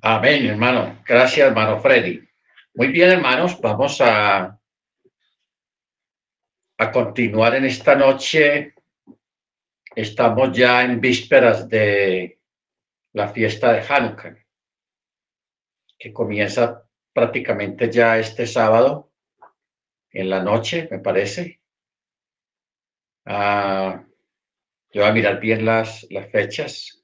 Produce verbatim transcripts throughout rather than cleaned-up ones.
Amén, hermano. Gracias, hermano Freddy. Muy bien, hermanos, vamos a, a continuar en esta noche. Estamos ya en vísperas de la fiesta de Hanukkah, que comienza prácticamente ya este sábado en la noche, me parece. Ah, yo voy a mirar bien las, las fechas.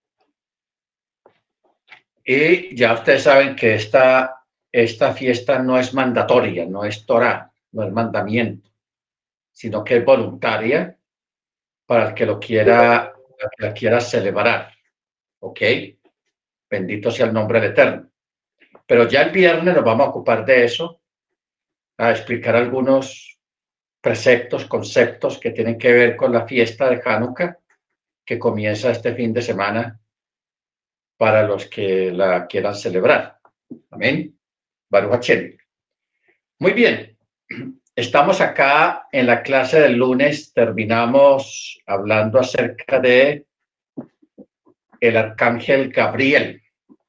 Y ya ustedes saben que esta, esta fiesta no es mandatoria, no es Torah, no es mandamiento, sino que es voluntaria para el que lo quiera, el que la quiera celebrar. ¿Ok? Bendito sea el nombre del Eterno. Pero ya el viernes nos vamos a ocupar de eso, a explicar algunos preceptos, conceptos que tienen que ver con la fiesta de Hanukkah, que comienza este fin de semana para los que la quieran celebrar. Amén. Baruch Hashem. Muy bien. Estamos acá en la clase del lunes. Terminamos hablando acerca de el arcángel Gabriel,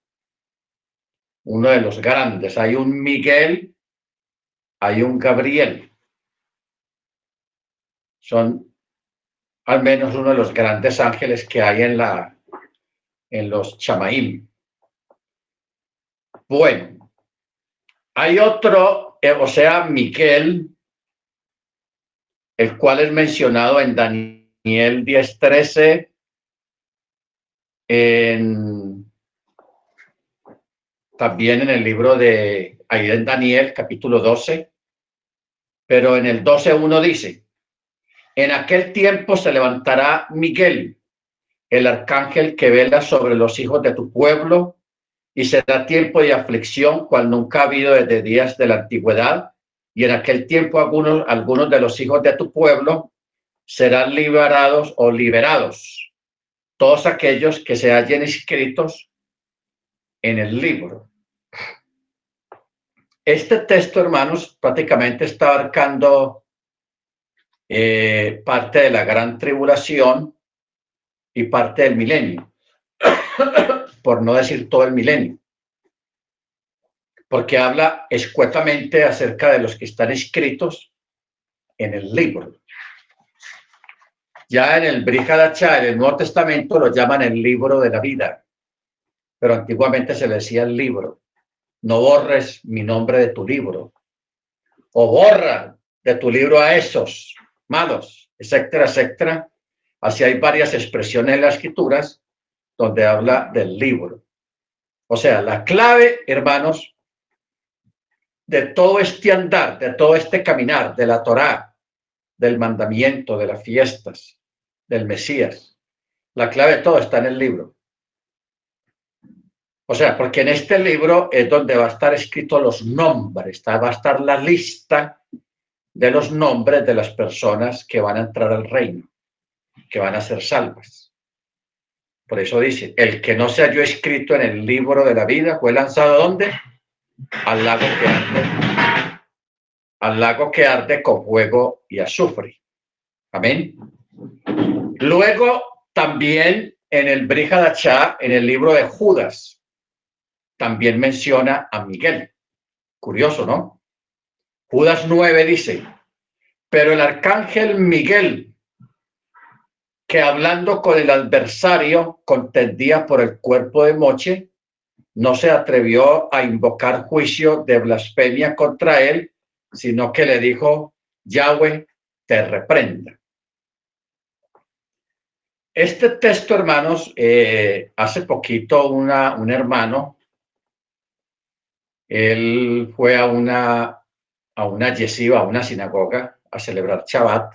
uno de los grandes. Hay un Miguel, hay un Gabriel. Son al menos uno de los grandes ángeles que hay en la en los Chamaim. Bueno, hay otro, eh, o sea, Miguel, el cual es mencionado en Daniel diez trece, en, también en el libro de, ahí en Daniel, capítulo doce, pero en el doce uno dice, en aquel tiempo se levantará Miguel, el arcángel que vela sobre los hijos de tu pueblo, y será tiempo de aflicción cual nunca ha habido desde días de la antigüedad, y en aquel tiempo algunos, algunos de los hijos de tu pueblo serán liberados o liberados, todos aquellos que se hallen inscritos en el libro. Este texto, hermanos, prácticamente está abarcando eh, parte de la gran tribulación y parte del milenio, por no decir todo el milenio, porque habla escuetamente acerca de los que están escritos en el libro. Ya en el Brit Hadashah, en el Nuevo Testamento, lo llaman el libro de la vida, pero antiguamente se le decía el libro. No borres mi nombre de tu libro, o borra de tu libro a esos malos, etcétera, etcétera. Así hay varias expresiones en las escrituras donde habla del libro. O sea, la clave, hermanos, de todo este andar, de todo este caminar, de la Torá, del mandamiento, de las fiestas, del Mesías, la clave de todo está en el libro. O sea, porque en este libro es donde va a estar escrito los nombres, está, va a estar la lista de los nombres de las personas que van a entrar al reino, que van a ser salvas. Por eso dice, el que no se halló escrito en el libro de la vida fue lanzado ¿dónde? Al lago que arde, al lago que arde con fuego y azufre. Amén. Luego también en el Brit Hadashah, en el libro de Judas, también menciona a Miguel. Curioso, ¿no? Judas nueve dice, pero el arcángel Miguel, que hablando con el adversario contendía por el cuerpo de Moche, no se atrevió a invocar juicio de blasfemia contra él, sino que le dijo, Yahweh te reprenda. Este texto, hermanos, eh, hace poquito una, un hermano, él fue a una, a una yeshiva, a una sinagoga, a celebrar Shabbat.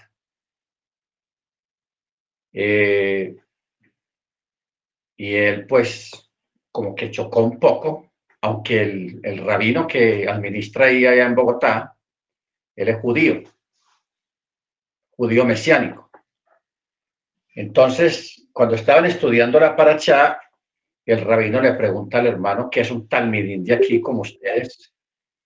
Eh, y él, pues, como que chocó un poco, aunque el, el rabino que administra ahí allá en Bogotá, él es judío, judío mesiánico. Entonces, cuando estaban estudiando la Parashá, el rabino le pregunta al hermano, que es un talmidín de aquí como ustedes,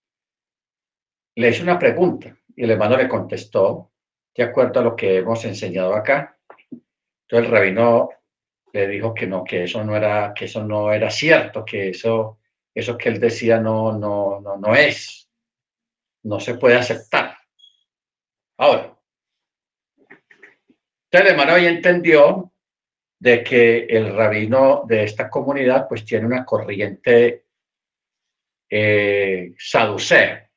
le hizo una pregunta y el hermano le contestó de acuerdo a lo que hemos enseñado acá. Entonces el rabino le dijo que no, que eso no era, que eso no era cierto, que eso, eso que él decía no, no, no, no es, no se puede aceptar. Ahora, entonces el hermano ahí entendió de que el rabino de esta comunidad pues tiene una corriente eh, saducea.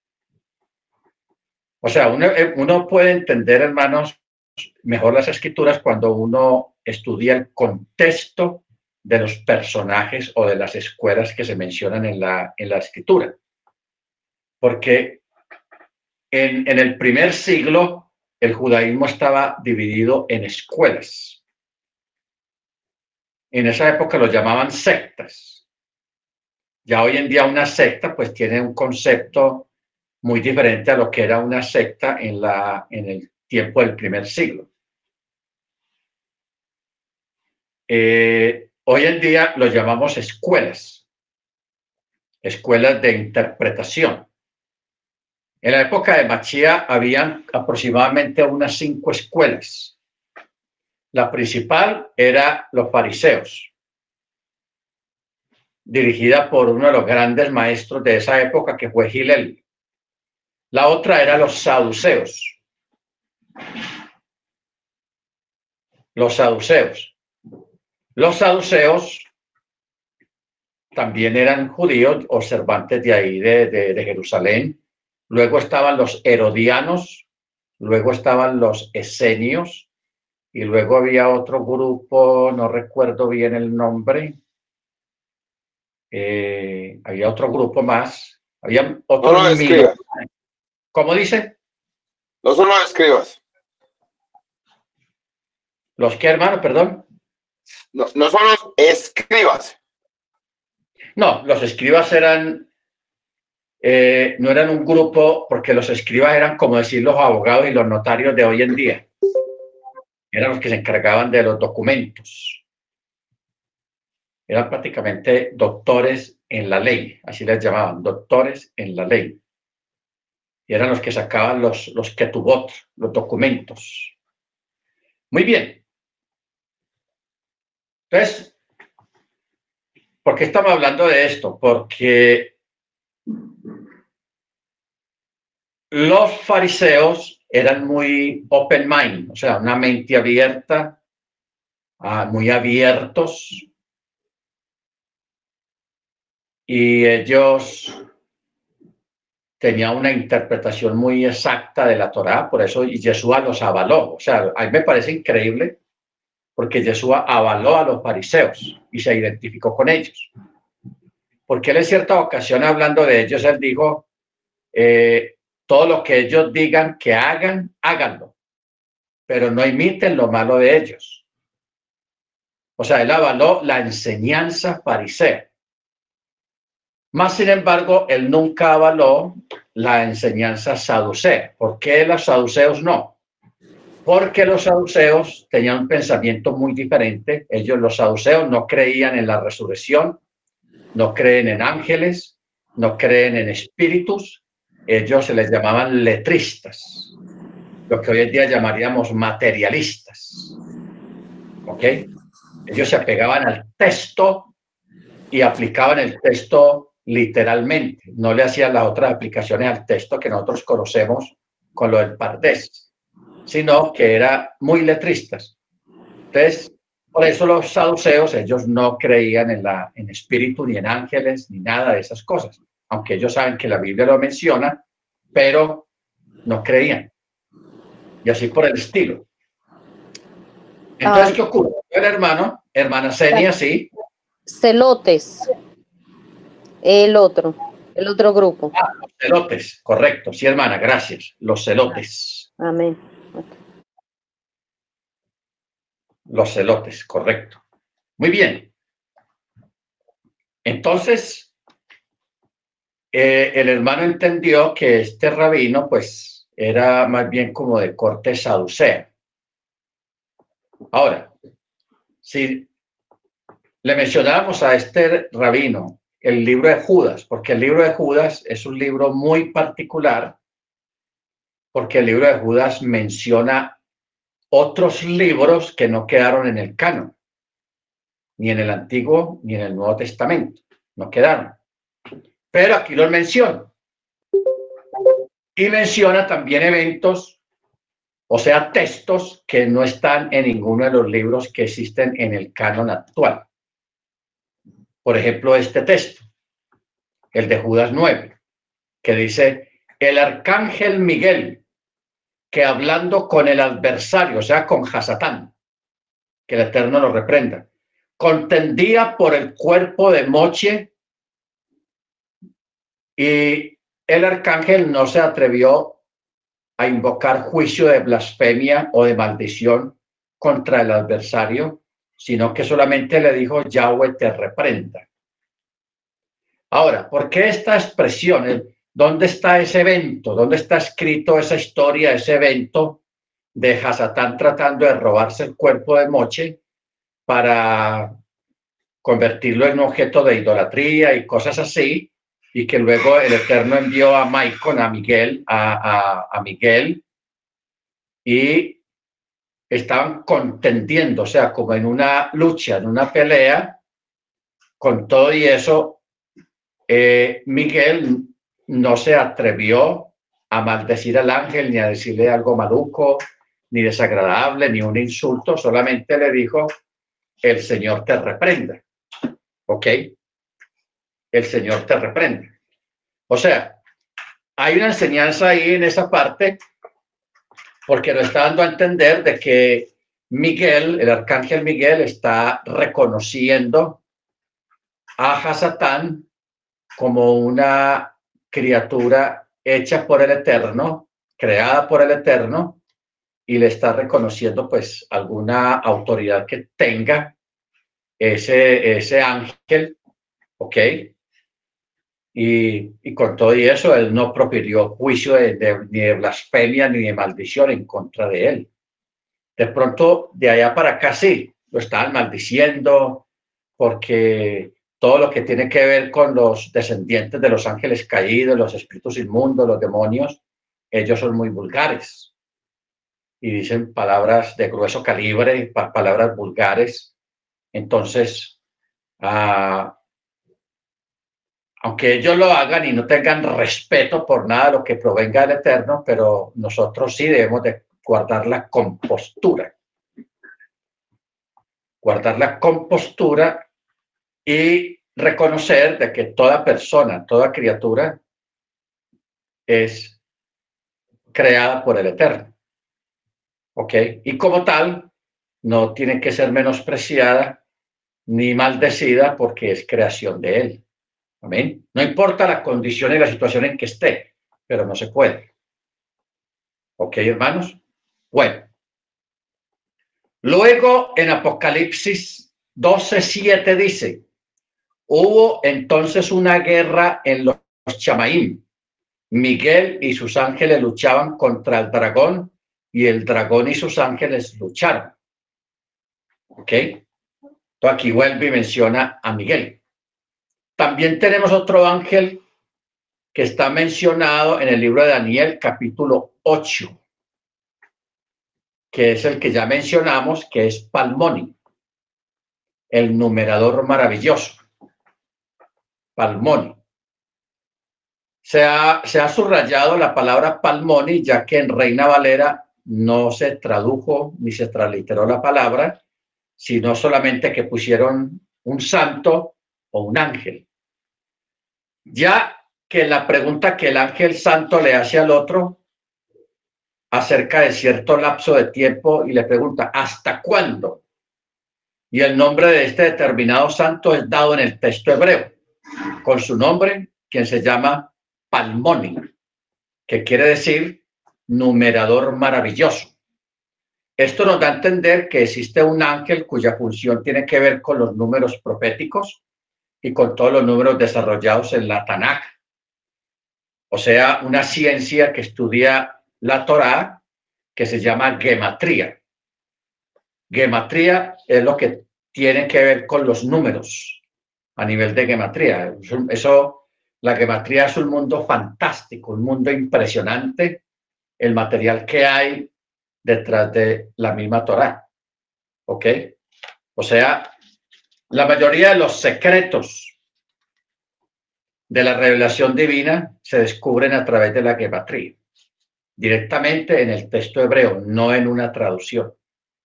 O sea, uno, uno puede entender, hermanos, mejor las escrituras cuando uno estudia el contexto de los personajes o de las escuelas que se mencionan en la, en la escritura. Porque en, en el primer siglo el judaísmo estaba dividido en escuelas. En esa época lo llamaban sectas. Ya hoy en día una secta pues tiene un concepto muy diferente a lo que era una secta en, la, en el tiempo del primer siglo. Eh, hoy en día lo llamamos escuelas, escuelas de interpretación. En la época de Mashiach habían aproximadamente unas cinco escuelas. La principal era los fariseos, dirigida por uno de los grandes maestros de esa época que fue Hillel. La otra era los saduceos. Los saduceos. Los saduceos también eran judíos observantes de ahí, de, de, de Jerusalén. Luego estaban los herodianos, luego estaban los esenios, y luego había otro grupo, no recuerdo bien el nombre, eh, había otro grupo más, había otros no, no mil. ¿Cómo dice? No son los escribas. ¿Los qué, hermano? Perdón. No, no son los escribas. No, los escribas eran, eh, no eran un grupo, porque los escribas eran, como decir, los abogados y los notarios de hoy en día. Eran los que se encargaban de los documentos. Eran prácticamente doctores en la ley, así les llamaban, doctores en la ley. Y eran los que sacaban los, los ketubot, los documentos. Muy bien. Entonces, ¿por qué estamos hablando de esto? Porque los fariseos eran muy open mind, o sea, una mente abierta, uh, muy abiertos, y ellos tenían una interpretación muy exacta de la Torá, por eso Yeshua los avaló. O sea, a mí me parece increíble, porque Yeshua avaló a los fariseos y se identificó con ellos. Porque él en cierta ocasión, hablando de ellos, él dijo, eh, todo lo que ellos digan que hagan, háganlo, pero no imiten lo malo de ellos. O sea, él avaló la enseñanza farisea. Más sin embargo, él nunca avaló la enseñanza saducea. ¿Por qué los saduceos no? Porque los saduceos tenían un pensamiento muy diferente. Ellos, los saduceos, no creían en la resurrección, no creen en ángeles, no creen en espíritus. Ellos se les llamaban letristas, lo que hoy en día llamaríamos materialistas. ¿Ok? Ellos se apegaban al texto y aplicaban el texto literalmente. No le hacían las otras aplicaciones al texto que nosotros conocemos con lo del Pardés, sino que eran muy letristas. Entonces, por eso los saduceos, ellos no creían en, la, en espíritu, ni en ángeles, ni nada de esas cosas. Aunque ellos saben que la Biblia lo menciona, pero no creían. Y así por el estilo. Entonces, ah, ¿qué ocurre? El hermano, hermana Senia, sí. Celotes. El otro, el otro grupo. Ah, los celotes, correcto. Sí, hermana, gracias. Los celotes. Amén. Los celotes, correcto. Muy bien. Entonces, eh, el hermano entendió que este rabino, pues, era más bien como de corte saducea. Ahora, si le mencionábamos a este rabino el libro de Judas, porque el libro de Judas es un libro muy particular, porque el libro de Judas menciona otros libros que no quedaron en el canon. ni en el Antiguo ni en el Nuevo Testamento. No quedaron. Pero aquí los menciona. Y menciona también eventos, o sea, textos que no están en ninguno de los libros que existen en el canon actual. Por ejemplo, este texto, el de Judas nueve, que dice, el arcángel Miguel, que hablando con el adversario, o sea, con Hasatán, que el Eterno lo reprenda, contendía por el cuerpo de Moche, y el arcángel no se atrevió a invocar juicio de blasfemia o de maldición contra el adversario, sino que solamente le dijo, Yahweh te reprenda. Ahora, ¿por qué esta expresión? ¿Dónde está ese evento? ¿Dónde está escrito esa historia, ese evento de Hasatán tratando de robarse el cuerpo de Moche para convertirlo en un objeto de idolatría y cosas así, y que luego el Eterno envió a Maicon, a Miguel, a, a, a Miguel, y estaban contendiendo, o sea, como en una lucha, en una pelea, con todo y eso, eh, Miguel no se atrevió a maldecir al ángel, ni a decirle algo maluco, ni desagradable, ni un insulto, solamente le dijo, el Señor te reprenda. ¿Ok? El Señor te reprende. O sea, hay una enseñanza ahí en esa parte, porque nos está dando a entender de que Miguel, el arcángel Miguel, está reconociendo a Hasatán como una criatura hecha por el Eterno, creada por el Eterno, y le está reconociendo pues alguna autoridad que tenga ese, ese ángel, ¿ok? Y, y con todo y eso, él no profirió juicio de, de, ni de blasfemia ni de maldición en contra de él. De pronto, de allá para acá sí, lo estaban maldiciendo, porque todo lo que tiene que ver con los descendientes de los ángeles caídos, los espíritus inmundos, los demonios, ellos son muy vulgares y dicen palabras de grueso calibre, palabras vulgares. Entonces, ah, aunque ellos lo hagan y no tengan respeto por nada de lo que provenga del Eterno, pero nosotros sí debemos de guardar la compostura. Guardar la compostura y reconocer de que toda persona, toda criatura es creada por el Eterno. ¿Ok? Y como tal, no tiene que ser menospreciada ni maldecida porque es creación de Él. Amén. No importa la condición y la situación en que esté, pero no se puede. ¿Ok, hermanos? Bueno. Luego en Apocalipsis doce siete dice, hubo entonces una guerra en los Chamaim. Miguel y sus ángeles luchaban contra el dragón y el dragón y sus ángeles lucharon. ¿Ok? Entonces aquí vuelve y menciona a Miguel. También tenemos otro ángel que está mencionado en el libro de Daniel, capítulo ocho, que es el que ya mencionamos, que es Palmoni, el numerador maravilloso. Palmoni. Se ha, se ha subrayado la palabra Palmoni, ya que en Reina Valera no se tradujo ni se transliteró la palabra, sino solamente que pusieron un santo o un ángel. Ya que la pregunta que el ángel santo le hace al otro acerca de cierto lapso de tiempo y le pregunta, ¿hasta cuándo? Y el nombre de este determinado santo es dado en el texto hebreo, con su nombre, quien se llama Palmoni, que quiere decir numerador maravilloso. Esto nos da a entender que existe un ángel cuya función tiene que ver con los números proféticos y con todos los números desarrollados en la Tanaj. O sea, una ciencia que estudia la Torá que se llama gematría. Gematría es lo que tiene que ver con los números a nivel de gematría. Eso, la gematría es un mundo fantástico, un mundo impresionante, el material que hay detrás de la misma Torá. ¿Ok? O sea, La mayoría de los secretos de la revelación divina se descubren a través de la gematría, directamente en el texto hebreo, no en una traducción.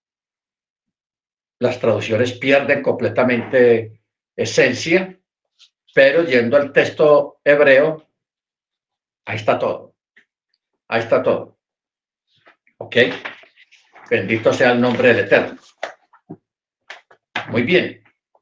Las traducciones pierden completamente esencia, pero yendo al texto hebreo, ahí está todo. Ahí está todo. ¿Ok? Bendito sea el nombre del Eterno. Muy bien.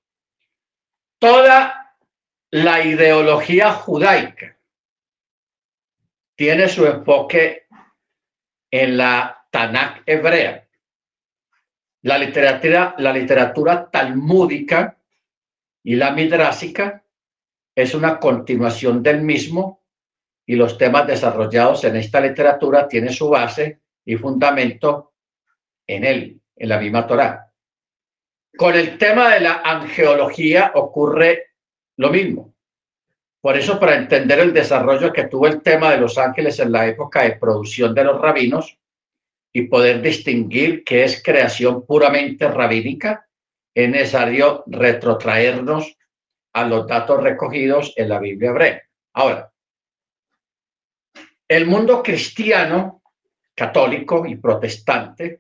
Toda la ideología judaica tiene su enfoque en la Tanakh hebrea. La literatura, la literatura talmúdica y la midrásica es una continuación del mismo, y los temas desarrollados en esta literatura tienen su base y fundamento en él, en la misma Torá. Con el tema de la angeología ocurre lo mismo. Por eso, para entender el desarrollo que tuvo el tema de los ángeles en la época de producción de los rabinos y poder distinguir qué es creación puramente rabínica, es necesario retrotraernos a los datos recogidos en la Biblia hebrea. Ahora, el mundo cristiano, católico y protestante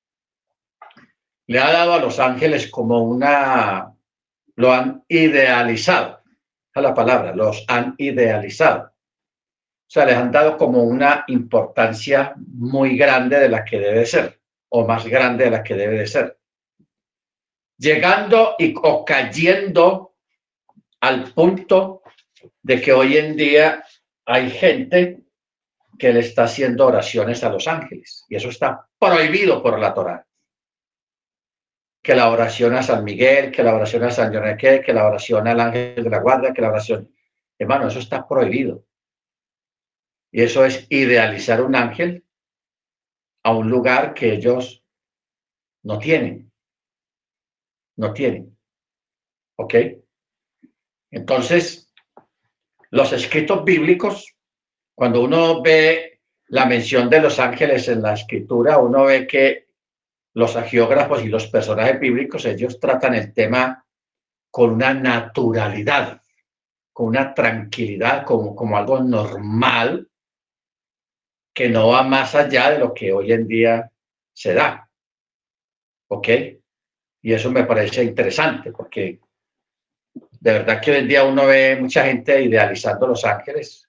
le ha dado a los ángeles como una, lo han idealizado, a la palabra, los han idealizado. O sea, les han dado como una importancia muy grande de la que debe ser, o más grande de la que debe de ser. Llegando y o cayendo al punto de que hoy en día hay gente que le está haciendo oraciones a los ángeles, y eso está prohibido por la Torá. Que la oración a San Miguel, que la oración a San Yoneque, que la oración al ángel de la guarda, que la oración... Hermano, eso está prohibido. Y eso es idealizar un ángel a un lugar que ellos no tienen. No tienen. ¿Ok? Entonces, los escritos bíblicos, cuando uno ve la mención de los ángeles en la escritura, uno ve que los hagiógrafos y los personajes bíblicos, ellos tratan el tema con una naturalidad, con una tranquilidad, como, como algo normal, que no va más allá de lo que hoy en día se da. ¿Ok? Y eso me parece interesante, porque de verdad que hoy en día uno ve mucha gente idealizando los ángeles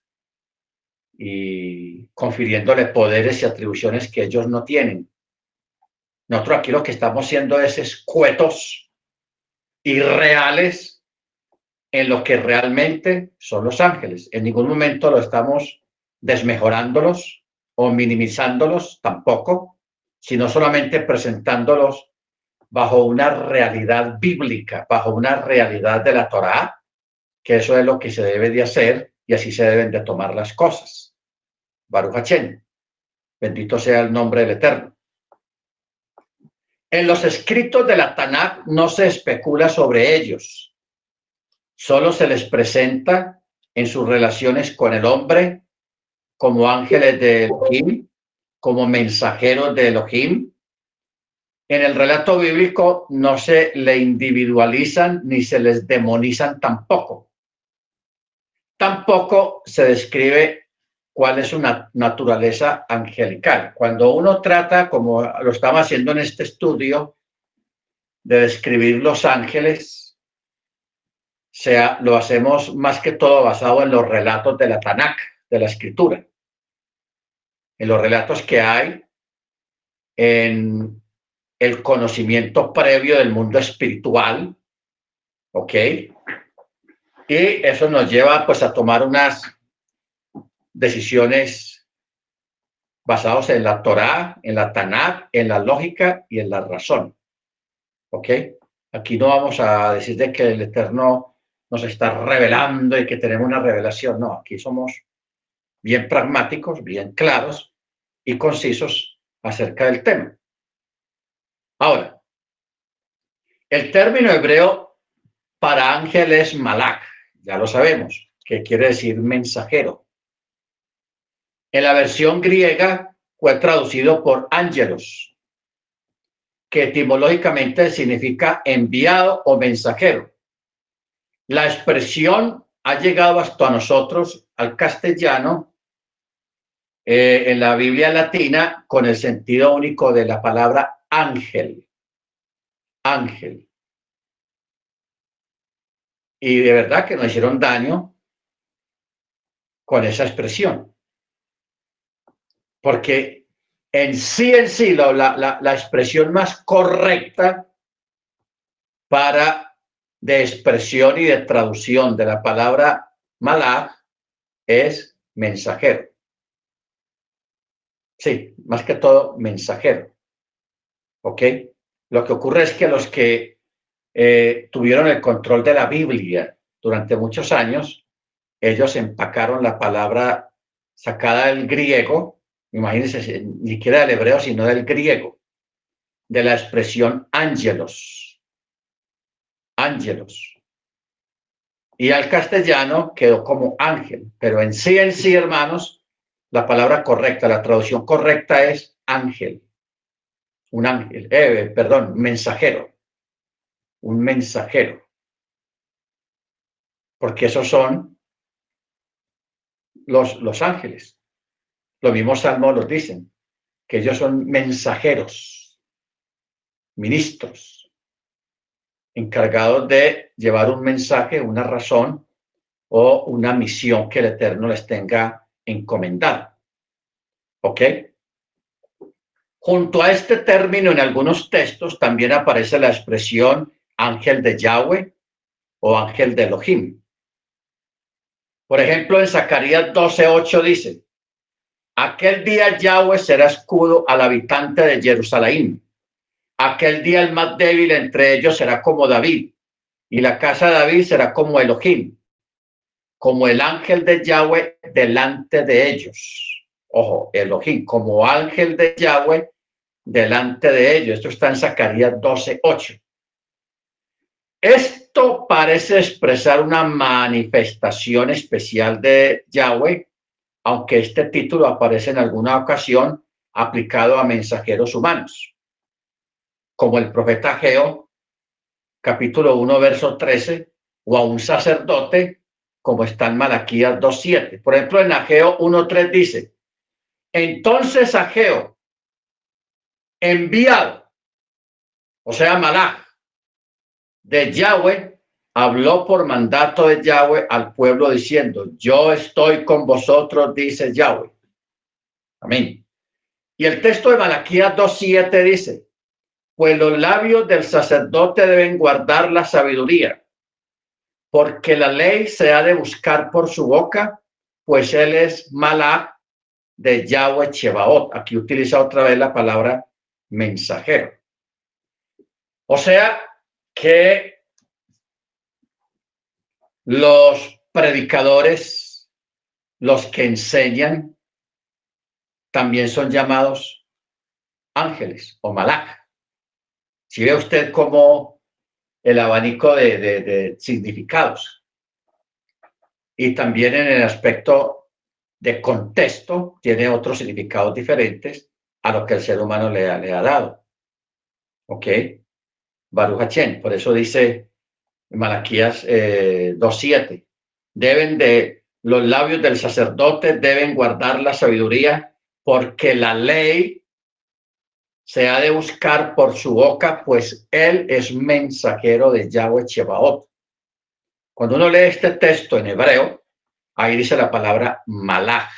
y confiriéndole poderes y atribuciones que ellos no tienen. Nosotros aquí lo que estamos haciendo es escuetos y reales en lo que realmente son los ángeles. En ningún momento lo estamos desmejorándolos o minimizándolos, tampoco, sino solamente presentándolos bajo una realidad bíblica, bajo una realidad de la Torá, que eso es lo que se debe de hacer y así se deben de tomar las cosas. Baruch Hashem, bendito sea el nombre del Eterno. En los escritos de la Tanakh no se especula sobre ellos, solo se les presenta en sus relaciones con el hombre como ángeles de Elohim, como mensajeros de Elohim. En el relato bíblico no se le individualizan ni se les demonizan tampoco. Tampoco se describe cuál es su naturaleza angelical. Cuando uno trata, como lo estamos haciendo en este estudio, de describir los ángeles, sea, lo hacemos más que todo basado en los relatos de la Tanakh, de la escritura, en los relatos que hay en el conocimiento previo del mundo espiritual, ¿ok? Y eso nos lleva pues a tomar unas decisiones basadas en la Torá, en la Tanakh, en la lógica y en la razón, ¿ok? Aquí no vamos a decir de que el Eterno nos está revelando y que tenemos una revelación, no, aquí somos bien pragmáticos, bien claros y concisos acerca del tema. Ahora, el término hebreo para ángel es malach, ya lo sabemos, que quiere decir mensajero. En la versión griega fue traducido por ángelos, que etimológicamente significa enviado o mensajero. La expresión ha llegado hasta nosotros, al castellano, eh, en la Biblia latina, con el sentido único de la palabra ángel. Ángel. Y de verdad que nos hicieron daño con esa expresión. Porque en sí, en sí, la, la, la expresión más correcta para de expresión y de traducción de la palabra malaj es mensajero. Sí, más que todo mensajero. ¿Ok? Lo que ocurre es que los que eh, tuvieron el control de la Biblia durante muchos años, ellos empacaron la palabra sacada del griego, imagínense, ni siquiera del hebreo, sino del griego, de la expresión ángelos. Ángelos. Y al castellano quedó como ángel, pero en sí, en sí, hermanos, la palabra correcta, la traducción correcta es ángel. Un ángel, eh, perdón, mensajero. Un mensajero. Porque esos son los, los ángeles. Los mismos salmos los dicen, que ellos son mensajeros, ministros, encargados de llevar un mensaje, una razón o una misión que el Eterno les tenga encomendada. ¿Ok? Junto a este término, en algunos textos también aparece la expresión ángel de Yahweh o ángel de Elohim. Por ejemplo, en Zacarías doce ocho dice: aquel día Yahweh será escudo al habitante de Jerusalén. Aquel día el más débil entre ellos será como David, y la casa de David será como Elohim, como el ángel de Yahweh delante de ellos. Ojo, Elohim, como ángel de Yahweh delante de ellos. Esto está en Zacarías doce ocho. Esto parece expresar una manifestación especial de Yahweh, aunque este título aparece en alguna ocasión aplicado a mensajeros humanos, como el profeta Ageo, capítulo uno, verso trece, o a un sacerdote, como está en Malaquías dos siete. Por ejemplo, en Ageo uno tres dice: entonces Ageo, enviado, o sea, Malaj, de Yahweh, habló por mandato de Yahweh al pueblo diciendo: yo estoy con vosotros, dice Yahweh. Amén. Y el texto de Malaquías dos siete dice: pues los labios del sacerdote deben guardar la sabiduría, porque la ley se ha de buscar por su boca, pues él es Malaj de Yahweh Chebaot. Aquí utiliza otra vez la palabra mensajero. O sea que los predicadores, los que enseñan, también son llamados ángeles o malaj. Si ve usted como el abanico de, de, de significados. Y también en el aspecto de contexto tiene otros significados diferentes a lo que el ser humano le ha, le ha dado. ¿Ok? Baruch Hachem. Por eso dice Malaquías eh, dos siete. Deben de, los labios del sacerdote deben guardar la sabiduría, porque la ley se ha de buscar por su boca, pues él es mensajero de Yahweh Chebaot. Cuando uno lee este texto en hebreo, ahí dice la palabra malaj.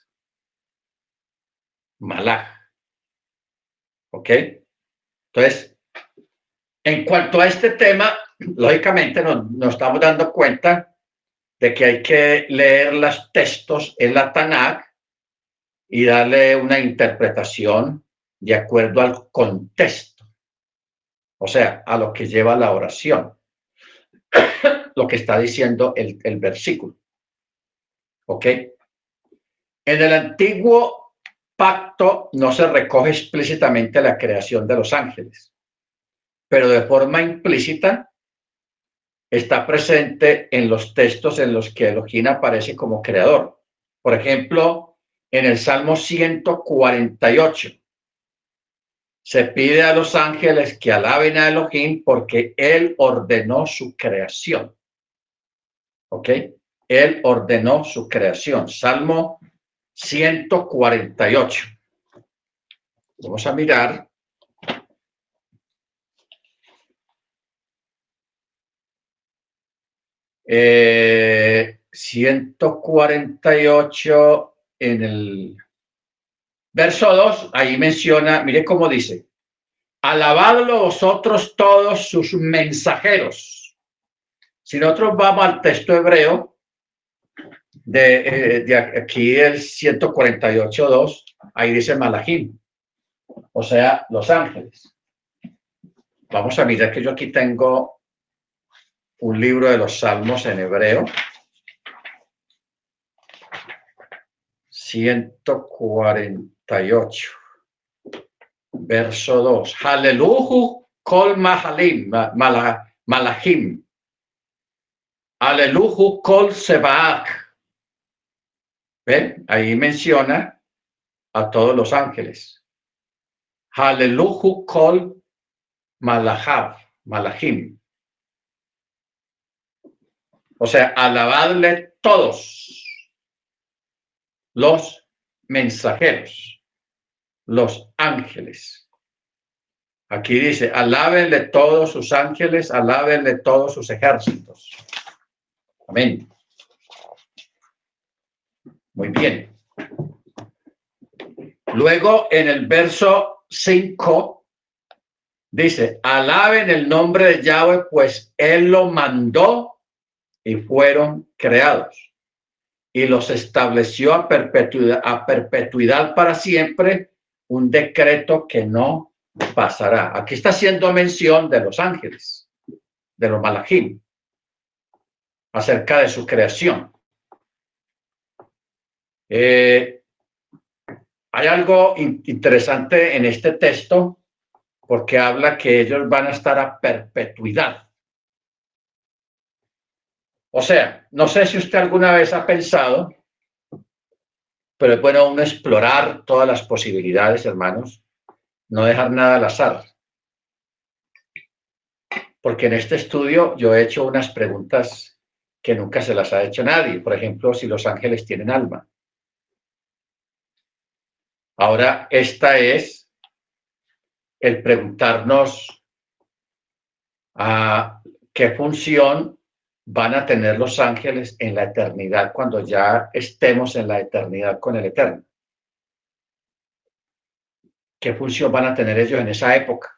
Malaj. ¿Ok? Entonces, en cuanto a este tema, lógicamente nos, nos estamos dando cuenta de que hay que leer los textos en la Tanakh y darle una interpretación de acuerdo al contexto, o sea, a lo que lleva la oración, lo que está diciendo el, el versículo. ¿Ok? En el antiguo pacto no se recoge explícitamente la creación de los ángeles, pero de forma implícita está presente en los textos en los que Elohim aparece como creador. Por ejemplo, en el Salmo ciento cuarenta y ocho, Se pide a los ángeles que alaben a Elohim porque Él ordenó su creación. ¿Ok? Él ordenó su creación. Salmo ciento cuarenta y ocho. Vamos a mirar. Eh, ciento cuarenta y ocho en el verso dos, ahí menciona, mire cómo dice, alabadlo vosotros todos sus mensajeros. Si nosotros vamos al texto hebreo, de, de aquí el ciento cuarenta y ocho dos, ahí dice Malachim, o sea, los ángeles. Vamos a mirar que yo aquí tengo un libro de los Salmos en hebreo. ciento cuarenta y ocho, verso dos. Aleluju kol mahalim, malachim. Aleluju kol sebaak. ¿Ven? Ahí menciona a todos los ángeles. Aleluju kol malachab, malachim. O sea, alabadle todos los mensajeros, los ángeles. Aquí dice, alábenle todos sus ángeles, alábenle todos sus ejércitos. Amén. Muy bien. Luego, en el verso cinco, dice, alaben el nombre de Yahweh, pues Él lo mandó y fueron creados. Y los estableció a perpetuidad, a perpetuidad para siempre, un decreto que no pasará. Aquí está haciendo mención de los ángeles, de los malachim, acerca de su creación. Eh, hay algo in- interesante en este texto, porque habla que ellos van a estar a perpetuidad. O sea, no sé si usted alguna vez ha pensado, pero es bueno uno explorar todas las posibilidades, hermanos, no dejar nada al azar. Porque en este estudio yo he hecho unas preguntas que nunca se las ha hecho nadie. Por ejemplo, si los ángeles tienen alma. Ahora, esta es el preguntarnos a qué función van a tener los ángeles en la eternidad cuando ya estemos en la eternidad con el Eterno. ¿Qué función van a tener ellos en esa época?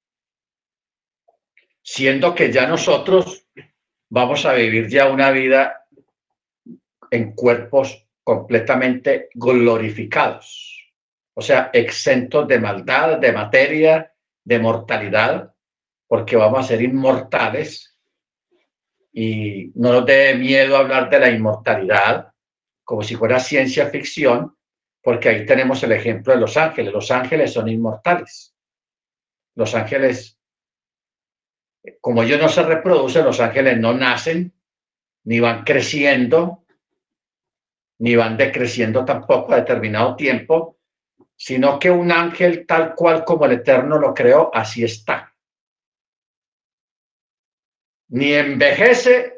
Siendo que ya nosotros vamos a vivir ya una vida en cuerpos completamente glorificados, o sea, exentos de maldad, de materia, de mortalidad, porque vamos a ser inmortales. Y no nos dé miedo hablar de la inmortalidad como si fuera ciencia ficción, porque ahí tenemos el ejemplo de los ángeles. Los ángeles son inmortales. Los ángeles, como ellos no se reproducen, los ángeles no nacen, ni van creciendo, ni van decreciendo tampoco a determinado tiempo, sino que un ángel tal cual como el Eterno lo creó, así está. Ni envejece,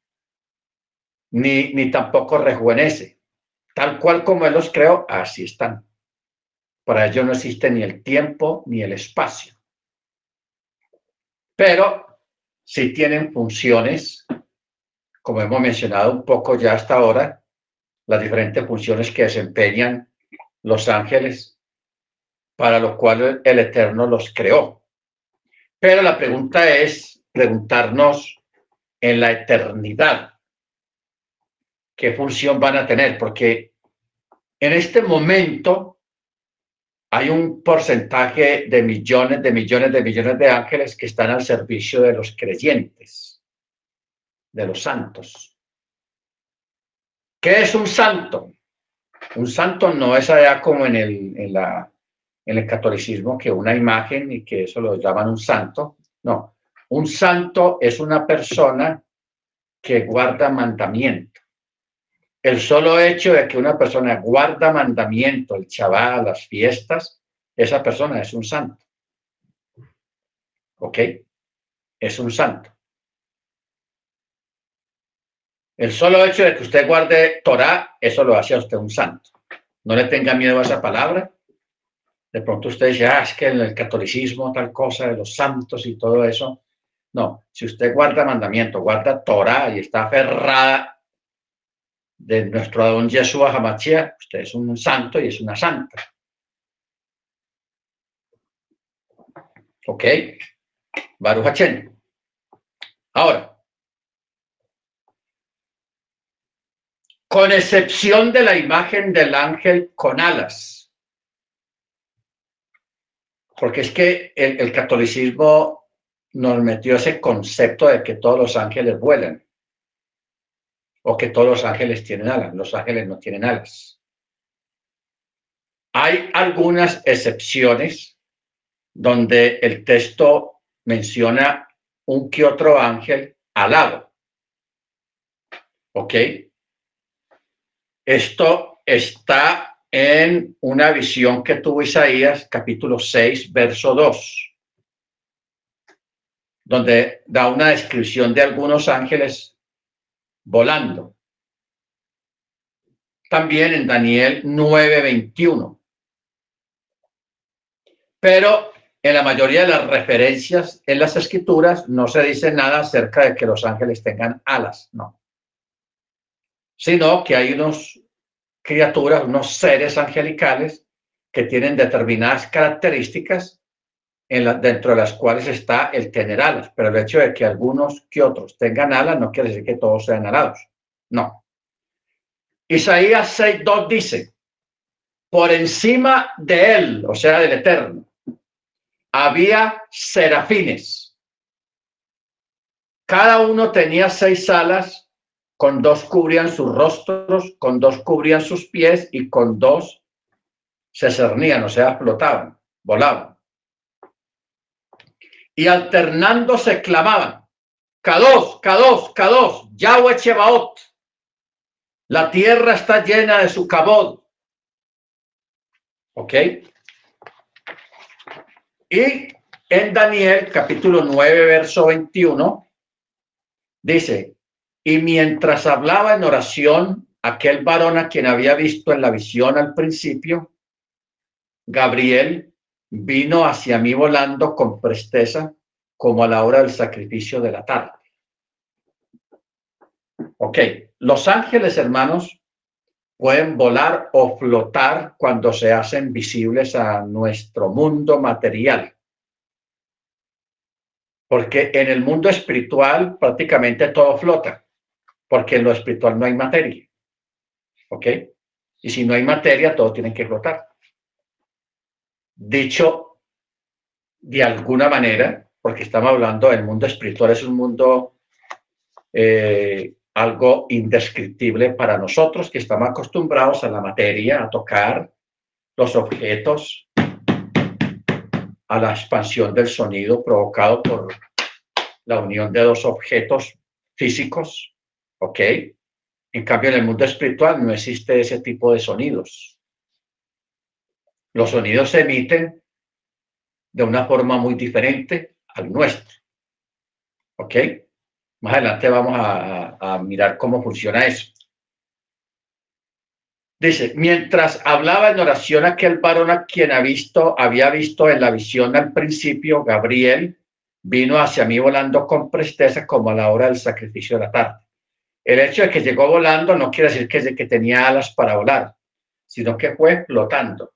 ni, ni tampoco rejuvenece. Tal cual como Él los creó, así están. Para ellos no existe ni el tiempo ni el espacio. Pero sí tienen funciones, como hemos mencionado un poco ya hasta ahora, las diferentes funciones que desempeñan los ángeles, para lo cual el Eterno los creó. Pero la pregunta es preguntarnos en la eternidad, ¿qué función van a tener? Porque en este momento hay un porcentaje de millones, de millones, de millones de ángeles que están al servicio de los creyentes, de los santos. ¿Qué es un santo? Un santo no es allá como en el, en la, en el catolicismo, que una imagen y que eso lo llaman un santo. No, un santo es una persona que guarda mandamiento. El solo hecho de que una persona guarda mandamiento, el Shabbat, las fiestas, esa persona es un santo. ¿Ok? Es un santo. El solo hecho de que usted guarde Torah, eso lo hace a usted un santo. No le tenga miedo a esa palabra. De pronto usted dice, ah, es que en el catolicismo tal cosa de los santos y todo eso. No, si usted guarda mandamiento, guarda Torah y está aferrada de nuestro Adón Yeshua Hamashiach, usted es un santo y es una santa. ¿Ok? Baruch Hashem. Ahora, con excepción de la imagen del ángel con alas, porque es que el, el catolicismo nos metió ese concepto de que todos los ángeles vuelan o que todos los ángeles tienen alas. Los ángeles no tienen alas. Hay algunas excepciones donde el texto menciona un que otro ángel alado. ¿Ok? Esto está en una visión que tuvo Isaías, capítulo seis, verso dos, donde da una descripción de algunos ángeles volando. También en Daniel nueve, veintiuno. Pero en la mayoría de las referencias en las escrituras no se dice nada acerca de que los ángeles tengan alas, no. Sino que hay unos criaturas, unos seres angelicales que tienen determinadas características en la, dentro de las cuales está el tener alas. Pero el hecho de que algunos que otros tengan alas no quiere decir que todos sean alados. No. Isaías seis, dos dice, por encima de él, o sea, del Eterno, había serafines. Cada uno tenía seis alas, con dos cubrían sus rostros, con dos cubrían sus pies y con dos se cernían, o sea, flotaban, volaban. Y alternándose clamaban, Kadosh, Kadosh, Kadosh, Yahweh Chebaot. La tierra está llena de su kabod. ¿Ok? Y en Daniel, capítulo nueve, verso veintiuno, dice, y mientras hablaba en oración, aquel varón a quien había visto en la visión al principio, Gabriel, vino hacia mí volando con presteza, como a la hora del sacrificio de la tarde. Ok, los ángeles, hermanos, pueden volar o flotar cuando se hacen visibles a nuestro mundo material. Porque en el mundo espiritual prácticamente todo flota, porque en lo espiritual no hay materia. ¿Ok? Y si no hay materia, todo tiene que flotar. Dicho de alguna manera, porque estamos hablando del mundo espiritual, es un mundo eh, algo indescriptible para nosotros que estamos acostumbrados a la materia, a tocar los objetos, a la expansión del sonido provocado por la unión de dos objetos físicos, ¿ok? En cambio, en el mundo espiritual no existe ese tipo de sonidos. Los sonidos se emiten de una forma muy diferente al nuestro, ¿ok? Más adelante vamos a, a mirar cómo funciona eso. Dice, mientras hablaba en oración aquel varón a quien ha visto, había visto en la visión al principio, Gabriel, vino hacia mí volando con presteza como a la hora del sacrificio de la tarde. El hecho de que llegó volando no quiere decir que, que tenía alas para volar, sino que fue flotando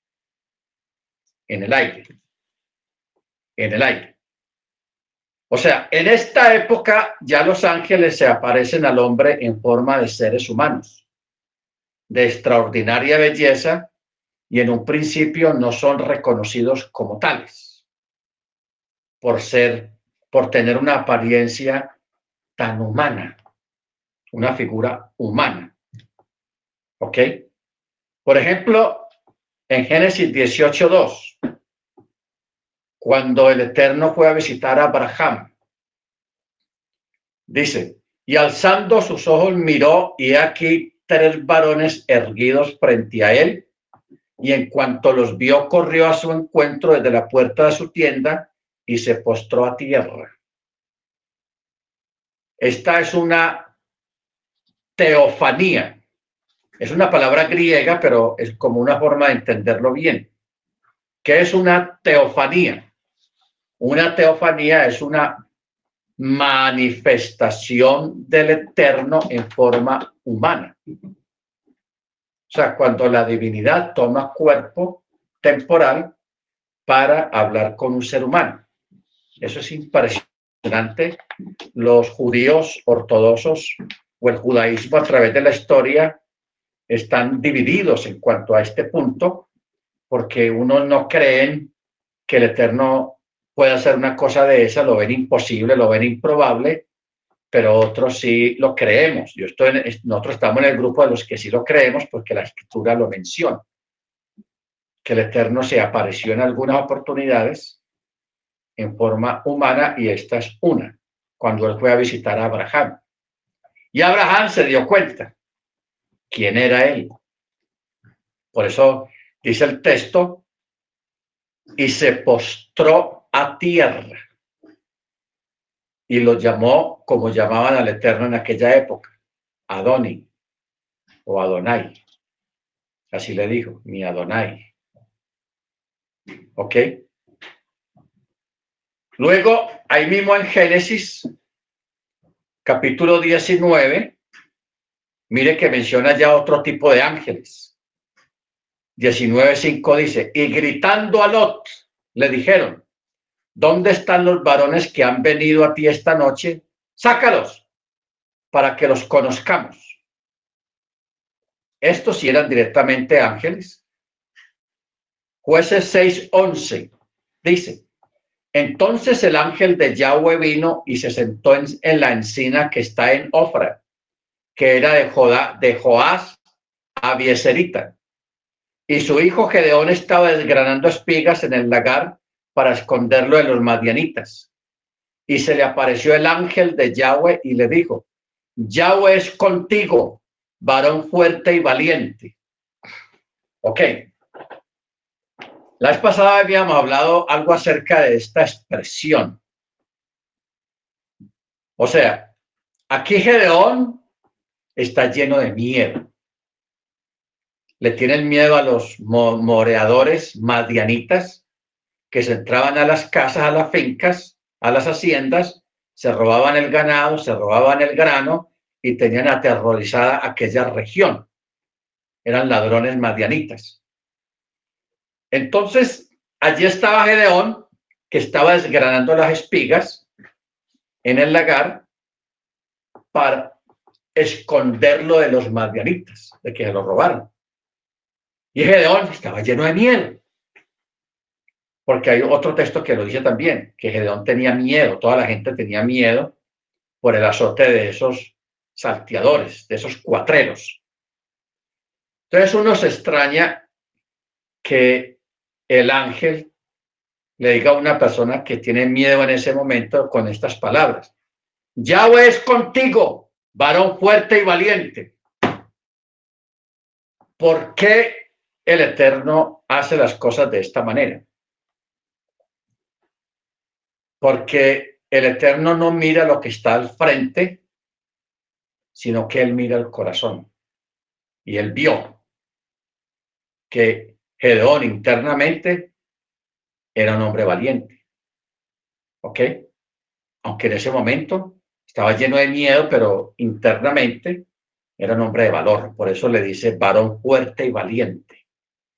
en el aire. En el aire. O sea, en esta época ya los ángeles se aparecen al hombre en forma de seres humanos, de extraordinaria belleza, y en un principio no son reconocidos como tales, por ser, por tener una apariencia tan humana, una figura humana. ¿Ok? Por ejemplo, en Génesis dieciocho, dos, cuando el Eterno fue a visitar a Abraham, dice, y alzando sus ojos miró, y aquí tres varones erguidos frente a él, y en cuanto los vio, corrió a su encuentro desde la puerta de su tienda y se postró a tierra. Esta es una teofanía. Es una palabra griega, pero es como una forma de entenderlo bien. ¿Qué es una teofanía? Una teofanía es una manifestación del Eterno en forma humana. O sea, cuando la divinidad toma cuerpo temporal para hablar con un ser humano. Eso es impresionante. Los judíos ortodoxos o el judaísmo a través de la historia están divididos en cuanto a este punto, porque unos no creen que el Eterno puede hacer una cosa de esa, lo ven imposible, lo ven improbable, pero otros sí lo creemos. Yo estoy en, nosotros estamos en el grupo de los que sí lo creemos porque la Escritura lo menciona, que el Eterno se apareció en algunas oportunidades en forma humana y esta es una, cuando él fue a visitar a Abraham. Y Abraham se dio cuenta quién era él. Por eso dice el texto, y se postró a tierra. Y lo llamó como llamaban al Eterno en aquella época, Adoni o Adonai. Así le dijo, mi Adonai. ¿Ok? Luego, ahí mismo en Génesis, capítulo diecinueve, mire que menciona ya otro tipo de ángeles. diecinueve cinco dice, y gritando a Lot, le dijeron, ¿dónde están los varones que han venido a ti esta noche? Sácalos para que los conozcamos. Estos sí eran directamente ángeles. Jueces seis once dice, entonces el ángel de Yahweh vino y se sentó en, en la encina que está en Ofra, que era de, Jodá, de Joás Abieserita. Y su hijo Gedeón estaba desgranando espigas en el lagar para esconderlo de los madianitas. Y se le apareció el ángel de Yahweh y le dijo, Yahweh es contigo, varón fuerte y valiente. Ok. La vez pasada habíamos hablado algo acerca de esta expresión. O sea, aquí Gedeón está lleno de miedo. Le tienen miedo a los moreadores madianitas que se entraban a las casas, a las fincas, a las haciendas, se robaban el ganado, se robaban el grano y tenían aterrorizada aquella región. Eran ladrones madianitas. Entonces, allí estaba Gedeón, que estaba desgranando las espigas en el lagar para esconderlo de los madianitas, de que se lo robaron. Y Gedeón estaba lleno de miedo. Porque hay otro texto que lo dice también, que Gedeón tenía miedo, toda la gente tenía miedo por el azote de esos salteadores, de esos cuatreros. Entonces uno se extraña que el ángel le diga a una persona que tiene miedo en ese momento con estas palabras. Yahweh es contigo, varón fuerte y valiente. ¿Por qué el Eterno hace las cosas de esta manera? Porque el Eterno no mira lo que está al frente, sino que él mira el corazón. Y él vio que Gedeón internamente era un hombre valiente. ¿Ok? Aunque en ese momento estaba lleno de miedo, pero internamente era un hombre de valor. Por eso le dice varón fuerte y valiente.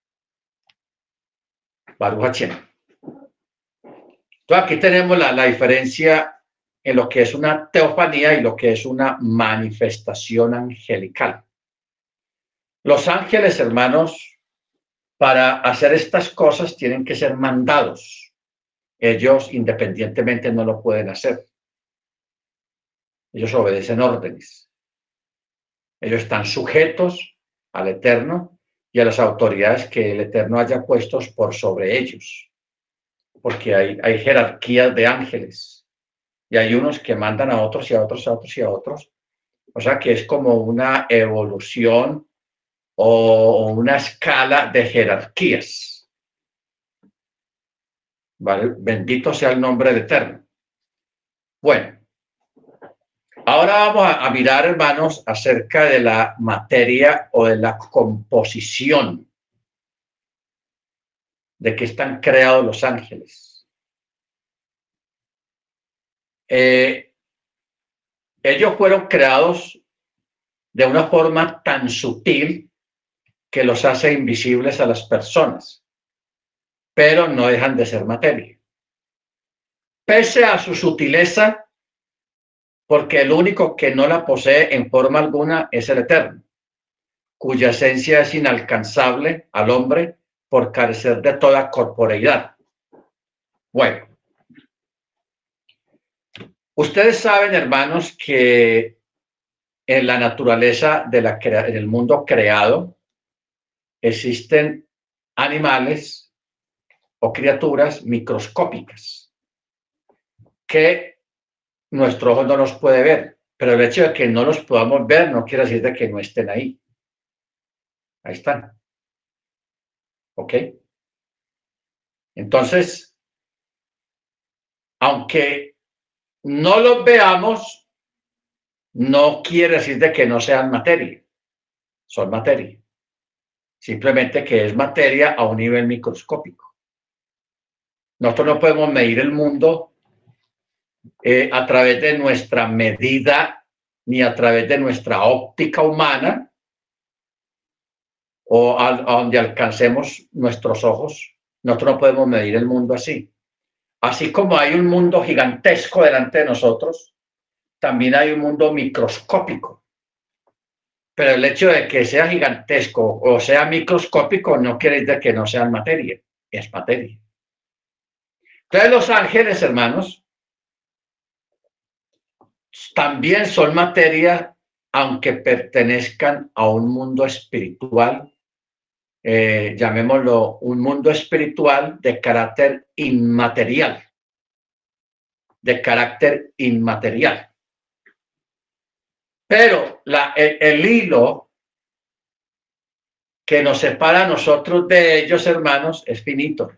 Baruch Hashem. Entonces aquí tenemos la, la diferencia en lo que es una teofanía y lo que es una manifestación angelical. Los ángeles, hermanos, para hacer estas cosas tienen que ser mandados. Ellos independientemente no lo pueden hacer. Ellos obedecen órdenes. Ellos están sujetos al Eterno y a las autoridades que el Eterno haya puestos por sobre ellos. Porque hay, hay jerarquías de ángeles. Y hay unos que mandan a otros y a otros, a otros y a otros. O sea que es como una evolución o una escala de jerarquías. ¿Vale? Bendito sea el nombre del Eterno. Bueno, ahora vamos a, a mirar, hermanos, acerca de la materia o de la composición de que están creados los ángeles. Eh, ellos fueron creados de una forma tan sutil que los hace invisibles a las personas, pero no dejan de ser materia. Pese a su sutileza, porque el único que no la posee en forma alguna es el Eterno, cuya esencia es inalcanzable al hombre por carecer de toda corporeidad. Bueno, ustedes saben, hermanos, que en la naturaleza de la en el mundo creado existen animales o criaturas microscópicas que nuestro ojo no los puede ver, pero el hecho de que no los podamos ver no quiere decir de que no estén ahí. Ahí están. ¿Ok? Entonces, aunque no los veamos, no quiere decir de que no sean materia. Son materia. Simplemente que es materia a un nivel microscópico. Nosotros no podemos medir el mundo eh, a través de nuestra medida ni a través de nuestra óptica humana o a, a donde alcancemos nuestros ojos. Nosotros no podemos medir el mundo así. Así como hay un mundo gigantesco delante de nosotros, también hay un mundo microscópico. Pero el hecho de que sea gigantesco o sea microscópico no quiere decir que no sea materia, es materia. Entonces los ángeles, hermanos, también son materia, aunque pertenezcan a un mundo espiritual, eh, llamémoslo un mundo espiritual de carácter inmaterial, de carácter inmaterial. Pero la, el, el hilo que nos separa a nosotros de ellos, hermanos, es finito.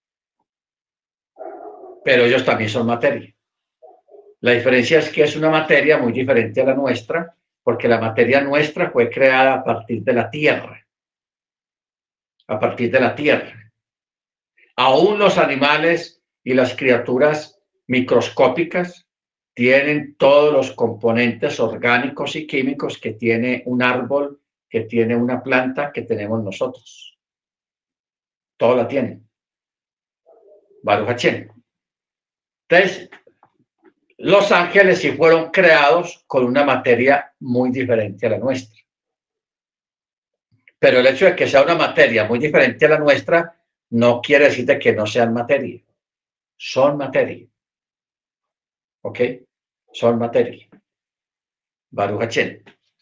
Pero ellos también son materia. La diferencia es que es una materia muy diferente a la nuestra, porque la materia nuestra fue creada a partir de la tierra. A partir de la tierra. Aún los animales y las criaturas microscópicas tienen todos los componentes orgánicos y químicos que tiene un árbol, que tiene una planta, que tenemos nosotros. Todo la tienen. Baruch Hashem. Entonces, los ángeles sí fueron creados con una materia muy diferente a la nuestra. Pero el hecho de que sea una materia muy diferente a la nuestra no quiere decir de que no sean materia. Son materia. ¿Ok? Son materia. Baruch Hashem.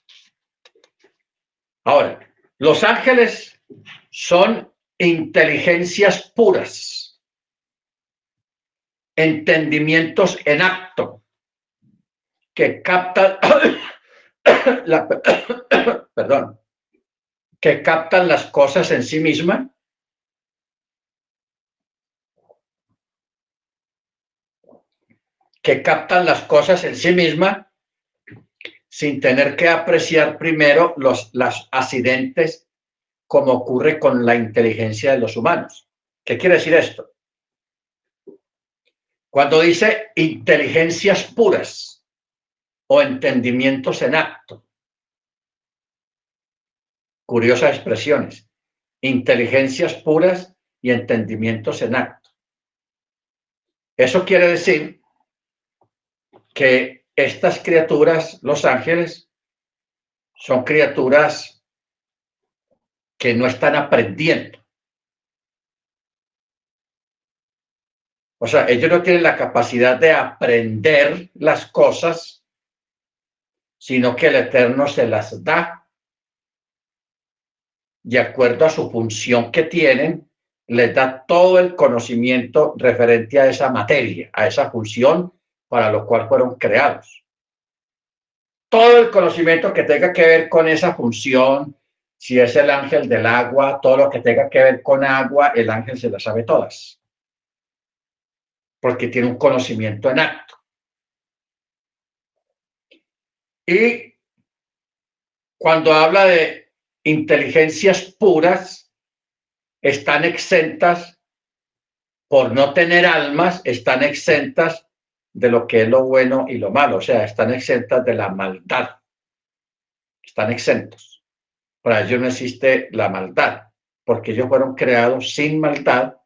Ahora, los ángeles son inteligencias puras, entendimientos en acto, que captan, la, perdón, que captan las cosas en sí mismas, que captan las cosas en sí mismas sin tener que apreciar primero los las accidentes como ocurre con la inteligencia de los humanos. ¿Qué quiere decir esto? Cuando dice inteligencias puras o entendimientos en acto, curiosas expresiones, inteligencias puras y entendimientos en acto. Eso quiere decir que estas criaturas, los ángeles, son criaturas que no están aprendiendo. O sea, ellos no tienen la capacidad de aprender las cosas, sino que el Eterno se las da de acuerdo a su función que tienen, les da todo el conocimiento referente a esa materia, a esa función para lo cual fueron creados. Todo el conocimiento que tenga que ver con esa función, si es el ángel del agua, todo lo que tenga que ver con agua, el ángel se las sabe todas. porque tiene un conocimiento en acto. Y cuando habla de inteligencias puras, están exentas, por no tener almas, están exentas de lo que es lo bueno y lo malo, o sea, están exentas de la maldad. Están exentos. Para ellos no existe la maldad, porque ellos fueron creados sin maldad,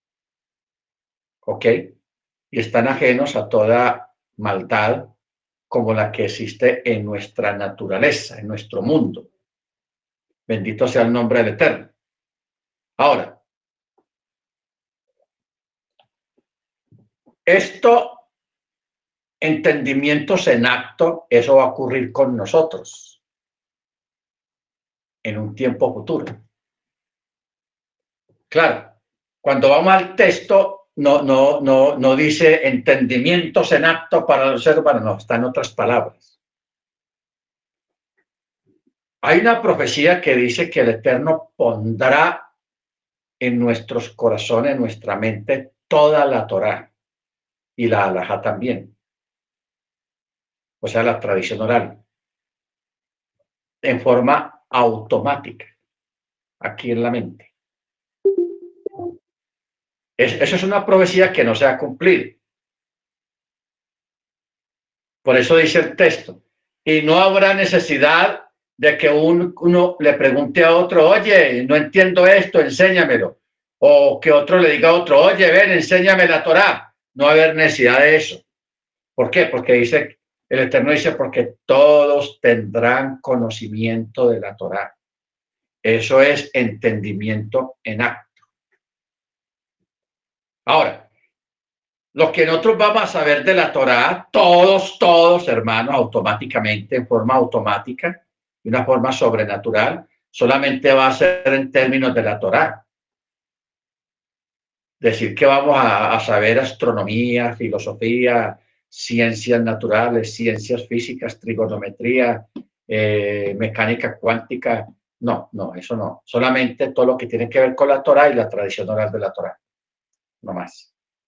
¿ok? Y están ajenos a toda maldad como la que existe en nuestra naturaleza, en nuestro mundo. Bendito sea el nombre del Eterno. Ahora, esto, entendimientos en acto, eso va a ocurrir con nosotros en un tiempo futuro. Claro, cuando vamos al texto, no, no, no, no dice entendimientos en acto para los seres humanos, no, está en otras palabras. Hay una profecía que dice que el Eterno pondrá en nuestros corazones, en nuestra mente, toda la Torá y la halajá también. O sea, la tradición oral, en forma automática, aquí en la mente. Es, eso es una profecía que no se va a cumplir. Por eso dice el texto, y no habrá necesidad de que un, uno le pregunte a otro, oye, no entiendo esto, enséñamelo. O que otro le diga a otro, oye, ven, enséñame la Torá. No va a haber necesidad de eso. ¿Por qué? Porque dice, el Eterno dice, porque todos tendrán conocimiento de la Torá. Eso es entendimiento en acto. Ahora, lo que nosotros vamos a saber de la Torá, todos, todos, hermanos, automáticamente, en forma automática, de una forma sobrenatural, solamente va a ser en términos de la Torá. Decir que vamos a, a saber astronomía, filosofía, ciencias naturales, ciencias físicas, trigonometría, eh, mecánica cuántica, no, no, eso no. Solamente todo lo que tiene que ver con la Torá y la tradición oral de la Torá, no más.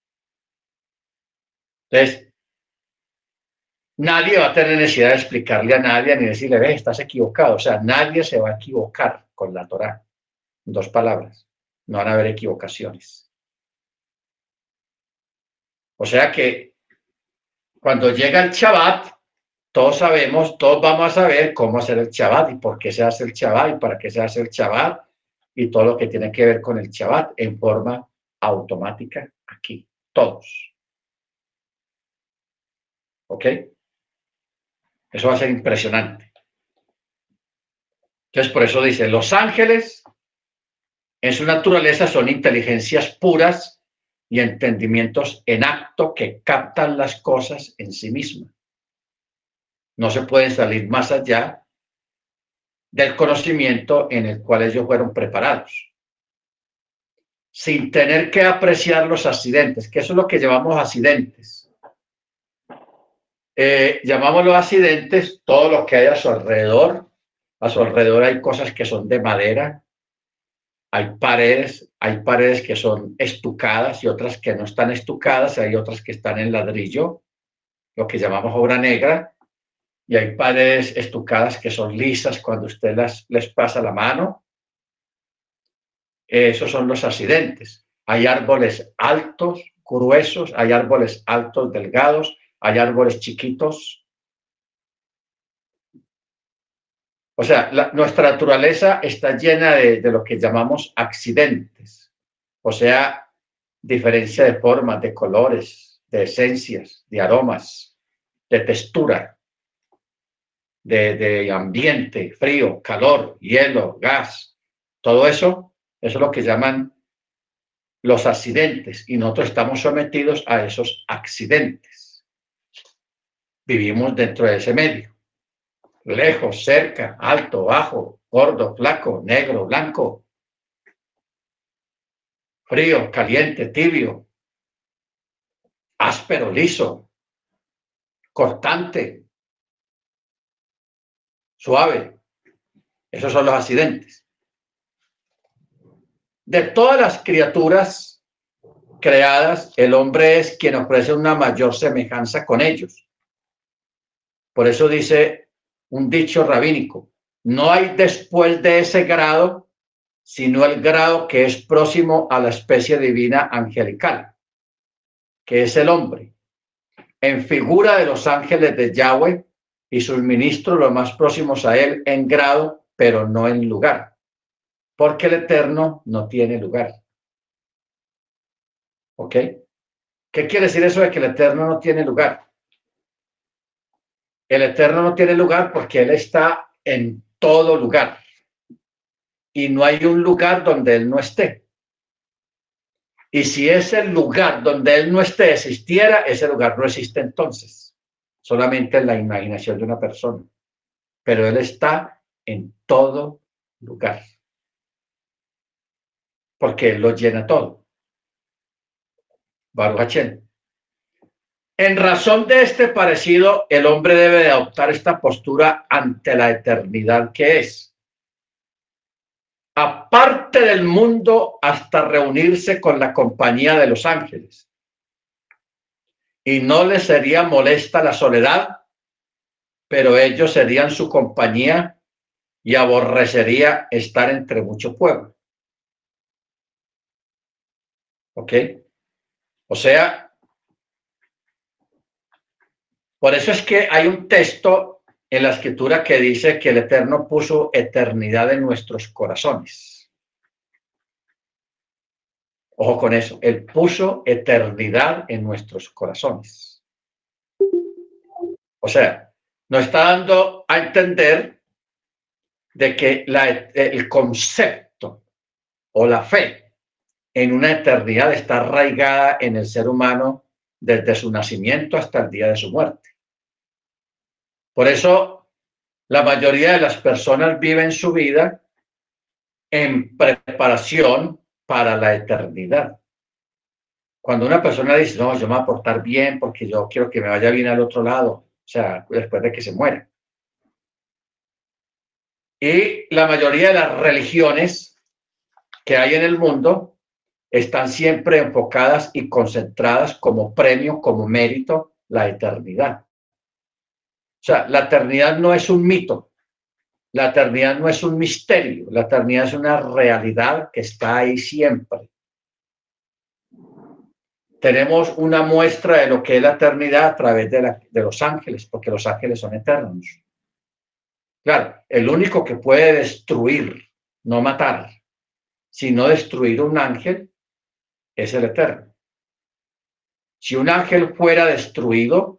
Entonces, nadie va a tener necesidad de explicarle a nadie ni decirle, ve, estás equivocado. O sea, nadie se va a equivocar con la Torá. Dos palabras, no van a haber equivocaciones. O sea que cuando llega el Shabbat, todos sabemos, todos vamos a saber cómo hacer el Shabbat y por qué se hace el Shabbat y para qué se hace el Shabbat y todo lo que tiene que ver con el Shabbat en forma automática aquí, todos. ¿Ok? Eso va a ser impresionante. Entonces, por eso dice, los ángeles en su naturaleza son inteligencias puras y entendimientos en acto que captan las cosas en sí mismas. No se pueden salir más allá del conocimiento en el cual ellos fueron preparados, sin tener que apreciar los accidentes, que eso es lo que llamamos accidentes. Eh, llamamos los accidentes todo lo que hay a su alrededor. A su alrededor hay cosas que son de madera, hay paredes, hay paredes que son estucadas y otras que no están estucadas, hay otras que están en ladrillo, lo que llamamos obra negra, y hay paredes estucadas que son lisas cuando usted las, les pasa la mano. Esos son los accidentes. Hay árboles altos, gruesos, hay árboles altos, delgados, hay árboles chiquitos. O sea, la, nuestra naturaleza está llena de, de lo que llamamos accidentes. O sea, diferencia de formas, de colores, de esencias, de aromas, de textura, de, de ambiente, frío, calor, hielo, gas. Todo eso, eso es lo que llaman los accidentes. Y nosotros estamos sometidos a esos accidentes. Vivimos dentro de ese medio. Lejos, cerca, alto, bajo, gordo, flaco, negro, blanco, frío, caliente, tibio, áspero, liso, cortante, suave. Esos son los accidentes. De todas las criaturas, creadas, el hombre es quien ofrece una mayor semejanza con ellos. Por eso dice un dicho rabínico, no hay después de ese grado, sino el grado que es próximo a la especie divina angelical, que es el hombre, en figura de los ángeles de Yahweh y sus ministros los más próximos a él en grado, pero no en lugar, porque el Eterno no tiene lugar. ¿Ok? ¿Qué quiere decir eso de que el Eterno no tiene lugar? El Eterno no tiene lugar porque Él está en todo lugar. Y no hay un lugar donde Él no esté. Y si ese lugar donde Él no esté existiera, ese lugar no existe entonces. Solamente en la imaginación de una persona. Pero Él está en todo lugar. Porque Él lo llena todo. Baruch Hashem. En razón de este parecido, el hombre debe de adoptar esta postura ante la eternidad que es. Aparte del mundo hasta reunirse con la compañía de los ángeles. Y no les sería molesta la soledad, pero ellos serían su compañía y aborrecería estar entre mucho pueblo. ¿Ok? O sea, por eso es que hay un texto en la escritura que dice que el Eterno puso eternidad en nuestros corazones. Ojo con eso, Él puso eternidad en nuestros corazones. O sea, nos está dando a entender de que la, el concepto o la fe en una eternidad está arraigada en el ser humano desde su nacimiento hasta el día de su muerte. Por eso, la mayoría de las personas viven su vida en preparación para la eternidad. Cuando una persona dice, no, yo me voy a portar bien porque yo quiero que me vaya bien al otro lado, o sea, después de que se muera. Y la mayoría de las religiones que hay en el mundo están siempre enfocadas y concentradas como premio, como mérito, la eternidad. O sea, la eternidad no es un mito, la eternidad no es un misterio, la eternidad es una realidad que está ahí siempre. Tenemos una muestra de lo que es la eternidad a través de, la, de los ángeles, porque los ángeles son eternos. Claro, el único que puede destruir, no matar, sino destruir un ángel, es el Eterno. Si un ángel fuera destruido,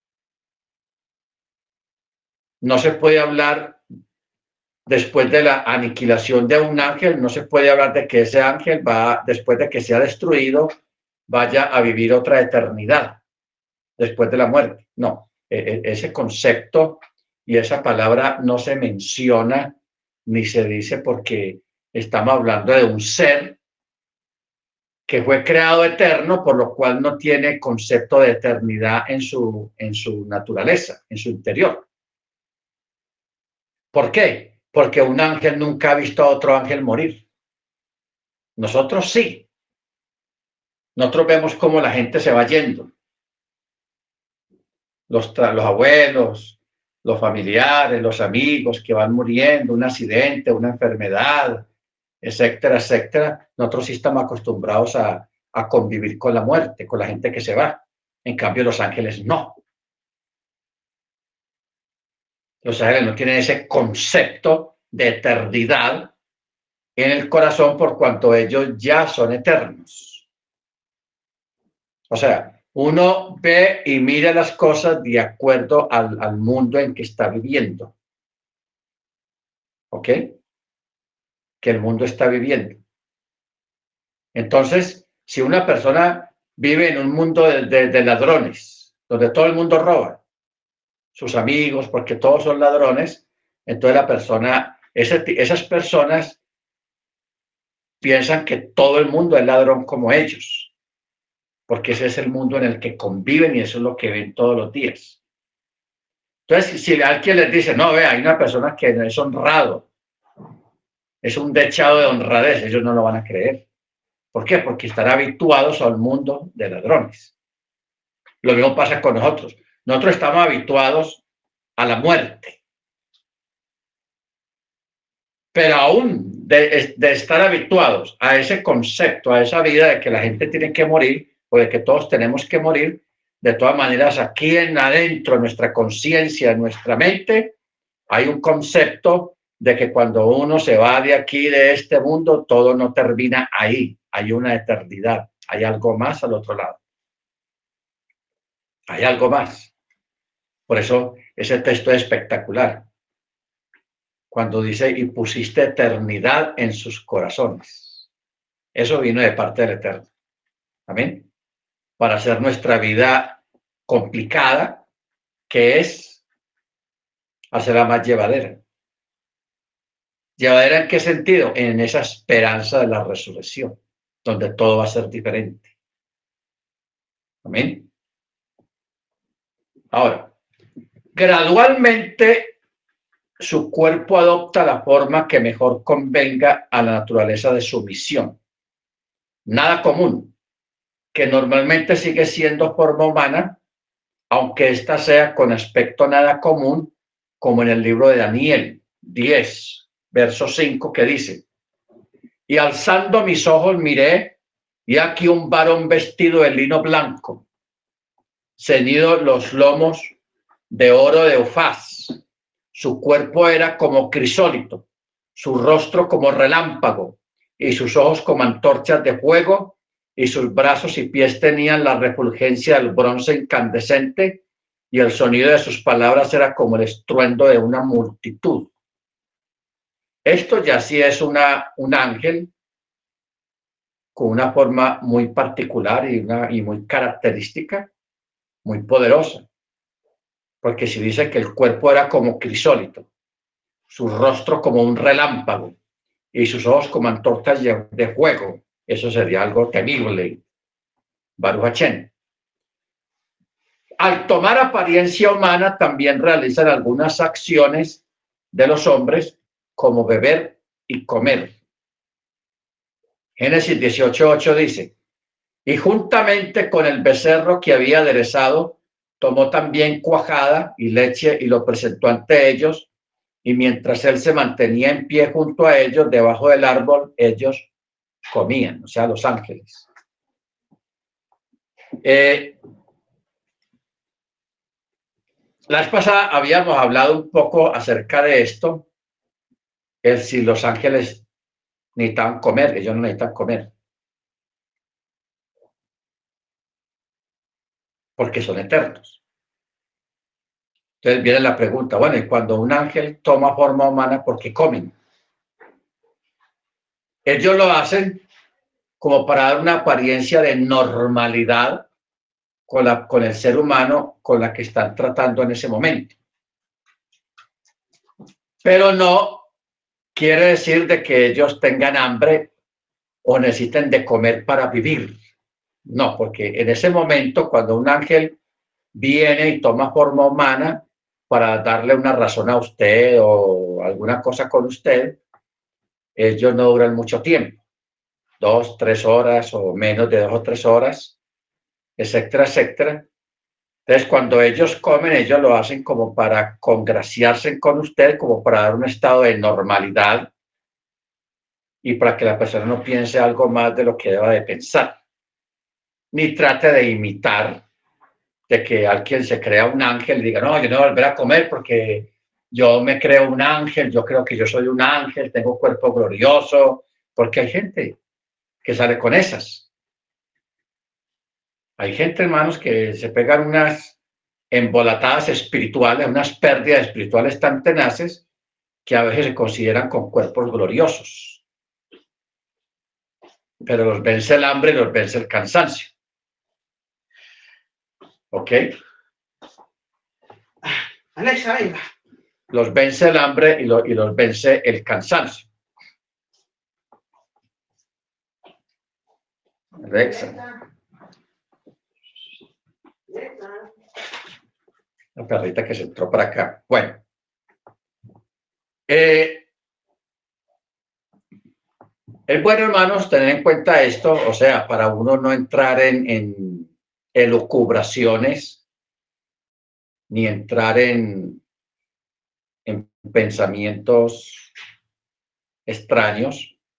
no se puede hablar después de la aniquilación de un ángel, no se puede hablar de que ese ángel va, después de que sea destruido, vaya a vivir otra eternidad después de la muerte. No, ese concepto y esa palabra no se menciona ni se dice porque estamos hablando de un ser que fue creado eterno, por lo cual no tiene concepto de eternidad en su, en su naturaleza, en su interior. ¿Por qué? Porque un ángel nunca ha visto a otro ángel morir. Nosotros sí. Nosotros vemos cómo la gente se va yendo. Los, los abuelos, los familiares, los amigos que van muriendo, un accidente, una enfermedad, etcétera, etcétera. Nosotros sí estamos acostumbrados a, a convivir con la muerte, con la gente que se va. En cambio, los ángeles no. Los ángeles no tienen ese concepto de eternidad en el corazón por cuanto ellos ya son eternos. O sea, uno ve y mira las cosas de acuerdo al, al mundo en que está viviendo. ¿Ok? Que el mundo está viviendo. Entonces, si una persona vive en un mundo de, de, de ladrones, donde todo el mundo roba, sus amigos, porque todos son ladrones, entonces la persona, ese, esas personas piensan que todo el mundo es ladrón como ellos, porque ese es el mundo en el que conviven y eso es lo que ven todos los días. Entonces, si alguien les dice, no, vea, hay una persona que es honrado, es un dechado de honradez, ellos no lo van a creer, ¿Por qué? Porque están habituados a un mundo de ladrones. Lo mismo pasa con nosotros. Nosotros estamos habituados a la muerte. Pero aún de, de estar habituados a ese concepto, a esa vida de que la gente tiene que morir o de que todos tenemos que morir, de todas maneras aquí en adentro, en nuestra conciencia, en nuestra mente, hay un concepto de que cuando uno se va de aquí, de este mundo, todo no termina ahí. Hay una eternidad, hay algo más al otro lado. Hay algo más. Por eso ese texto es espectacular. Cuando dice, y pusiste eternidad en sus corazones. Eso vino de parte del Eterno. Amén. Para hacer nuestra vida complicada, que es hacerla más llevadera. ¿Llevadera en qué sentido? En esa esperanza de la resurrección, donde todo va a ser diferente. Amén. Ahora, gradualmente su cuerpo adopta la forma que mejor convenga a la naturaleza de su misión. Nada común, que normalmente sigue siendo forma humana, aunque ésta sea con aspecto nada común, como en el libro de Daniel diez, verso cinco, que dice, y alzando mis ojos miré, y aquí un varón vestido de lino blanco, ceñido los lomos de oro de Ufaz. Su cuerpo era como crisólito, su rostro como relámpago, y sus ojos como antorchas de fuego, y sus brazos y pies tenían la refulgencia del bronce incandescente, y el sonido de sus palabras era como el estruendo de una multitud. Esto ya sí es una, un ángel con una forma muy particular y, una, y muy característica, muy poderosa. Porque si dice que el cuerpo era como crisólito, su rostro como un relámpago y sus ojos como antorchas de fuego, eso sería algo temible. Baruch Hashem. Al tomar apariencia humana, también realizan algunas acciones de los hombres, como beber y comer. Génesis dieciocho ocho dice, y juntamente con el becerro que había aderezado, tomó también cuajada y leche y lo presentó ante ellos, y mientras él se mantenía en pie junto a ellos, debajo del árbol, ellos comían, o sea, los ángeles. Eh, la vez pasada habíamos hablado un poco acerca de esto, es si los ángeles necesitan comer, ellos no necesitan comer, porque son eternos. Entonces viene la pregunta, bueno, y cuando un ángel toma forma humana, ¿por qué comen? Ellos lo hacen como para dar una apariencia de normalidad con, la, con el ser humano con la que están tratando en ese momento. Pero no quiere decir de que ellos tengan hambre o necesiten de comer para vivir. No, porque en ese momento, cuando un ángel viene y toma forma humana para darle una razón a usted o alguna cosa con usted, ellos no duran mucho tiempo, dos, tres horas o menos de dos o tres horas, etcétera, etcétera. Entonces, cuando ellos comen, ellos lo hacen como para congraciarse con usted, como para dar un estado de normalidad y para que la persona no piense algo más de lo que deba de pensar, ni trate de imitar, de que alguien se crea un ángel y diga, no, yo no voy a volver a comer porque yo me creo un ángel, yo creo que yo soy un ángel, tengo un cuerpo glorioso, porque hay gente que sale con esas. Hay gente, hermanos, que se pegan unas embolatadas espirituales, unas pérdidas espirituales tan tenaces que a veces se consideran con cuerpos gloriosos. Pero los vence el hambre y los vence el cansancio. ¿Ok? Alexa, venga. Los vence el hambre y, lo, y los vence el cansancio. Alexa. La perrita que se entró para acá. Bueno. Eh, Es bueno, hermanos, tener en cuenta esto, o sea, para uno no entrar en, en elucubraciones ni entrar en, en pensamientos extraños,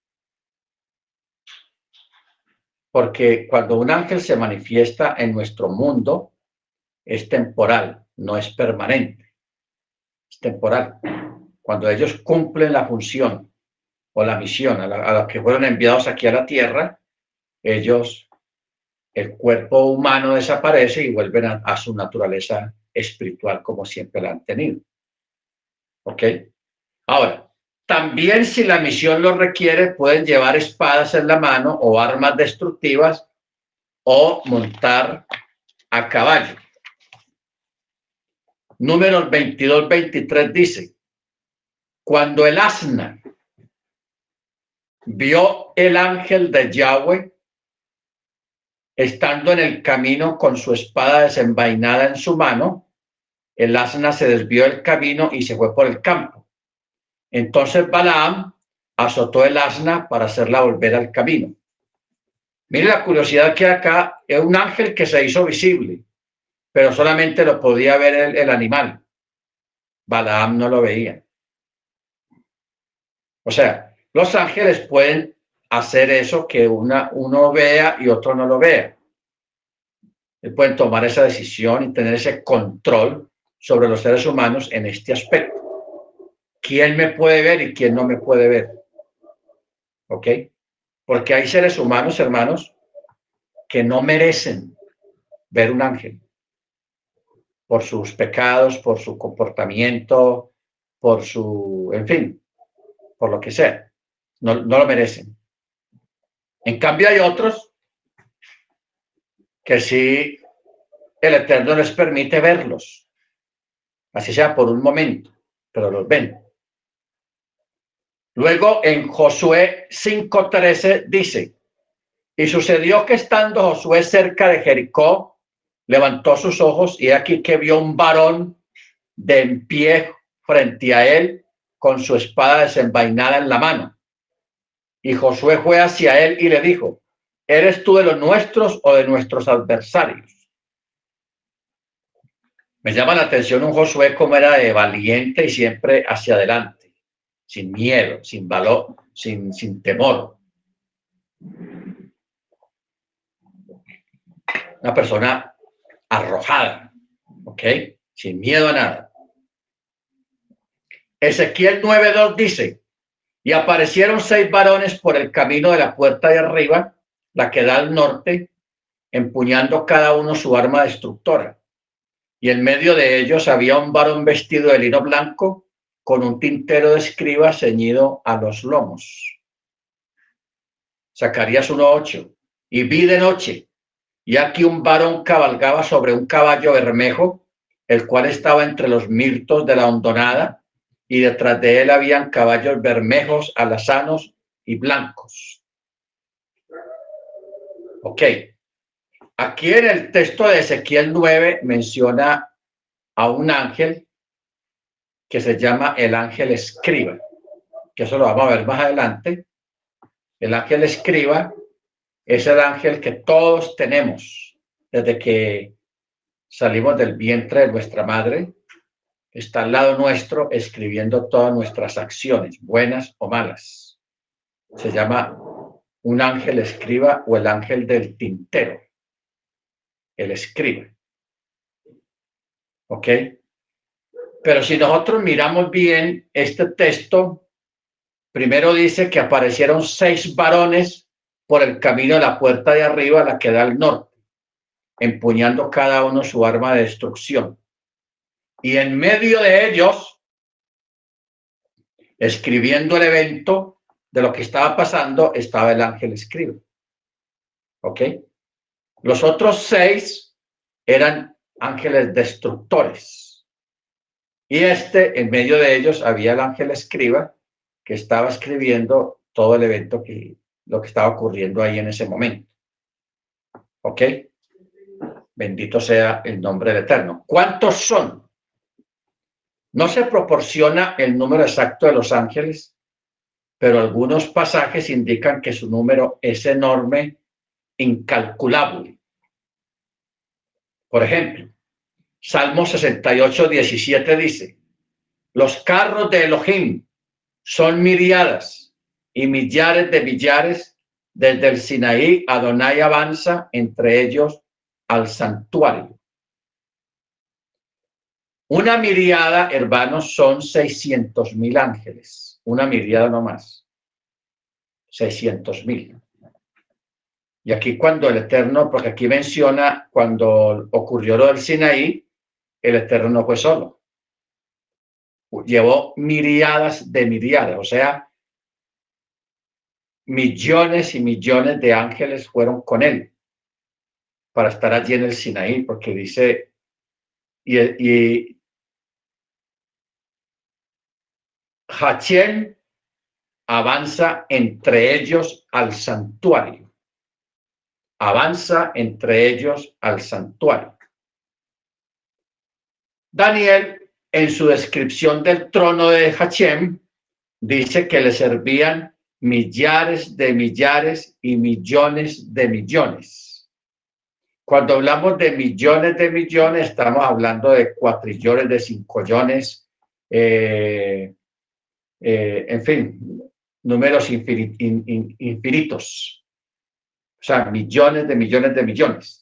porque cuando un ángel se manifiesta en nuestro mundo, es temporal, no es permanente, es temporal. Cuando ellos cumplen la función o la misión a la, a la que fueron enviados aquí a la tierra, ellos, el cuerpo humano desaparece y vuelven a, a su naturaleza espiritual como siempre la han tenido. ¿Ok? Ahora, también si la misión lo requiere, pueden llevar espadas en la mano o armas destructivas o montar a caballo. Números veintidós, veintitrés dice, cuando el asna vio el ángel de Yahweh estando en el camino con su espada desenvainada en su mano, el asna se desvió del camino y se fue por el campo. Entonces Balaam azotó el asna para hacerla volver al camino. Mire la curiosidad que acá es un ángel que se hizo visible, pero solamente lo podía ver el, el animal. Balaam no lo veía. O sea, los ángeles pueden hacer eso que una, uno vea y otro no lo vea. Pueden tomar esa decisión y tener ese control sobre los seres humanos en este aspecto. ¿Quién me puede ver y quién no me puede ver? ¿Ok? Porque hay seres humanos, hermanos, que no merecen ver un ángel por sus pecados, por su comportamiento, por su, en fin, por lo que sea. No, no lo merecen. En cambio hay otros que sí el Eterno les permite verlos, así sea por un momento, pero los ven. Luego en Josué cinco trece dice, y sucedió que estando Josué cerca de Jericó, levantó sus ojos y aquí que vio un varón de en pie frente a él con su espada desenvainada en la mano. Y Josué fue hacia él y le dijo, ¿eres tú de los nuestros o de nuestros adversarios? Me llama la atención un Josué como era de valiente y siempre hacia adelante, sin miedo, sin valor, sin, sin temor. Una persona arrojada, ¿ok? Sin miedo a nada. Ezequiel nueve dos dice, y aparecieron seis varones por el camino de la puerta de arriba, la que da al norte, empuñando cada uno su arma destructora. Y en medio de ellos había un varón vestido de lino blanco, con un tintero de escriba ceñido a los lomos. Zacarías uno ocho, y vi de noche, y aquí un varón cabalgaba sobre un caballo bermejo, el cual estaba entre los mirtos de la hondonada, y detrás de él habían caballos bermejos, alazanos y blancos. Ok. Aquí en el texto de Ezequiel nueve menciona a un ángel que se llama el ángel escriba, que eso lo vamos a ver más adelante. El ángel escriba es el ángel que todos tenemos desde que salimos del vientre de nuestra madre. Está al lado nuestro escribiendo todas nuestras acciones, buenas o malas. Se llama un ángel escriba o el ángel del tintero. El escriba. ¿Ok? Pero si nosotros miramos bien este texto, primero dice que aparecieron seis varones por el camino de la puerta de arriba, la que da al norte, empuñando cada uno su arma de destrucción. Y en medio de ellos, escribiendo el evento de lo que estaba pasando, estaba el ángel escriba. ¿Ok? Los otros seis eran ángeles destructores. Y este, en medio de ellos, había el ángel escriba que estaba escribiendo todo el evento, que lo que estaba ocurriendo ahí en ese momento. ¿Ok? Bendito sea el nombre del Eterno. ¿Cuántos son? No se proporciona el número exacto de los ángeles, pero algunos pasajes indican que su número es enorme, incalculable. Por ejemplo, Salmo sesenta y ocho, diecisiete dice: los carros de Elohim son miriadas y millares de millares. Desde el Sinaí, Adonai avanza entre ellos al santuario. Una miriada, hermanos, son seiscientos mil ángeles. Una miriada no más. seiscientos mil. Y aquí cuando el Eterno, porque aquí menciona cuando ocurrió lo del Sinaí, el Eterno no fue solo. Llevó miriadas de miriadas, o sea, millones y millones de ángeles fueron con él para estar allí en el Sinaí, porque dice, y, y Hachem avanza entre ellos al santuario. Avanza entre ellos al santuario. Daniel, en su descripción del trono de Hachem, dice que le servían millares de millares y millones de millones. Cuando hablamos de millones de millones, estamos hablando de cuatrillones, de cincollones, eh, eh, en fin, números infinit, in, in, infinitos. O sea, millones de millones de millones.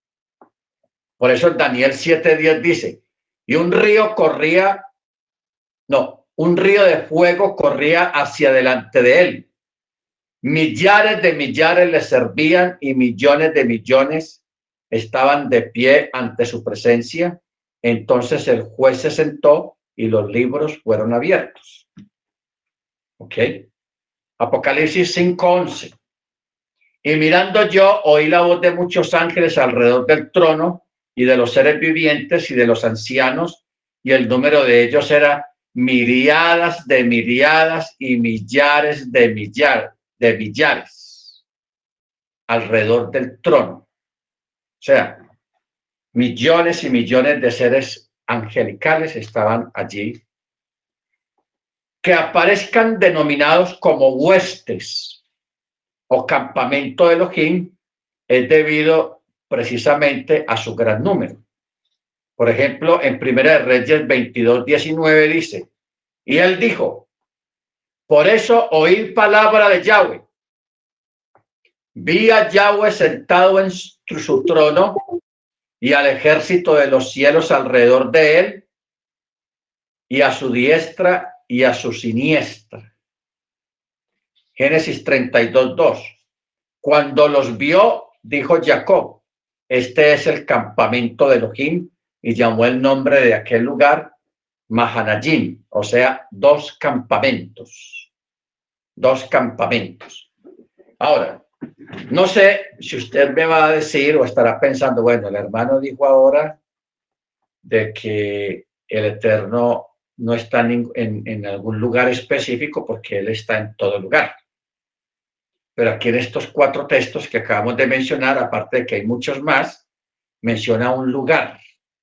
Por eso Daniel siete diez dice, y un río corría, no, un río de fuego corría hacia delante de él. Millares de millares le servían y millones de millones estaban de pie ante su presencia. Entonces el juez se sentó y los libros fueron abiertos. ¿Ok? Apocalipsis cinco once. Y mirando yo, oí la voz de muchos ángeles alrededor del trono y de los seres vivientes y de los ancianos, y el número de ellos era miriadas de miriadas y millares de millares de millares alrededor del trono. O sea, millones y millones de seres angelicales estaban allí. Que aparezcan denominados como huestes o campamento de Elohim es debido precisamente a su gran número. Por ejemplo, en Primera de Reyes veintidós diecinueve dice, y él dijo, por eso oí palabra de Yahweh. Vi a Yahweh sentado en su trono y al ejército de los cielos alrededor de él, y a su diestra y a su siniestra. Génesis treinta y dos dos. Cuando los vio, dijo Jacob, este es el campamento de Elohim, y llamó el nombre de aquel lugar Mahanayim, o sea, dos campamentos. Dos campamentos. Ahora, no sé si usted me va a decir o estará pensando, bueno, el hermano dijo ahora de que el Eterno no está en, en, en algún lugar específico porque Él está en todo lugar. Pero aquí en estos cuatro textos que acabamos de mencionar, aparte de que hay muchos más, menciona un lugar.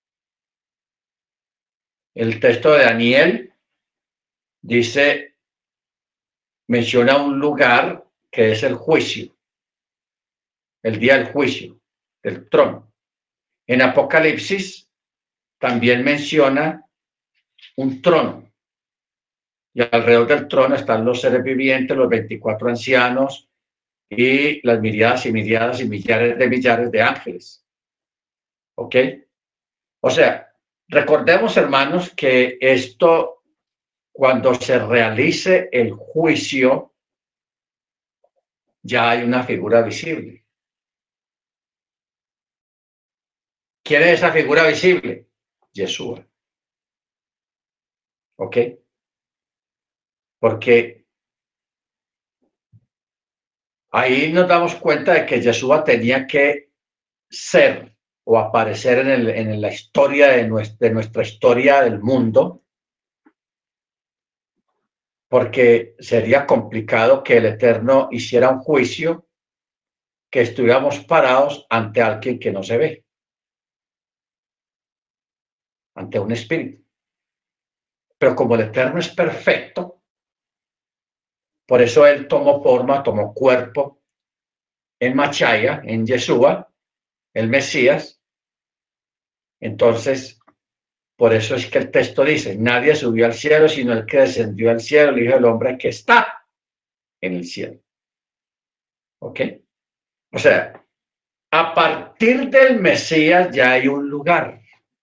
El texto de Daniel dice, menciona un lugar que es el juicio, el día del juicio, del trono. En Apocalipsis también menciona un trono. Y alrededor del trono están los seres vivientes, los veinticuatro ancianos y las miriadas y miriadas y millares de millares de ángeles. ¿Ok? O sea, recordemos, hermanos, que esto, cuando se realice el juicio, ya hay una figura visible. ¿Quién es esa figura visible? Yeshua. ¿Ok? Porque ahí nos damos cuenta de que Yeshua tenía que ser o aparecer en, el, en la historia de nuestra, de nuestra historia del mundo, porque sería complicado que el Eterno hiciera un juicio que estuviéramos parados ante alguien que no se ve, ante un espíritu. Pero como el Eterno es perfecto, Por eso él tomó forma, tomó cuerpo en Machaya, en Yeshua, el Mesías. Entonces, por eso es que el texto dice, nadie subió al cielo, sino el que descendió al cielo, el Hijo del Hombre que está en el cielo. ¿Ok? O sea, a partir del Mesías ya hay un lugar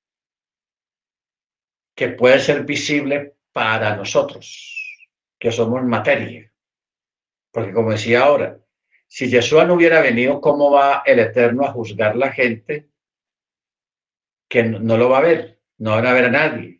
que puede ser visible para nosotros, que somos materia. Porque como decía ahora, si Yeshua no hubiera venido, ¿cómo va el Eterno a juzgar a la gente que no, no lo va a ver? No van a ver a nadie.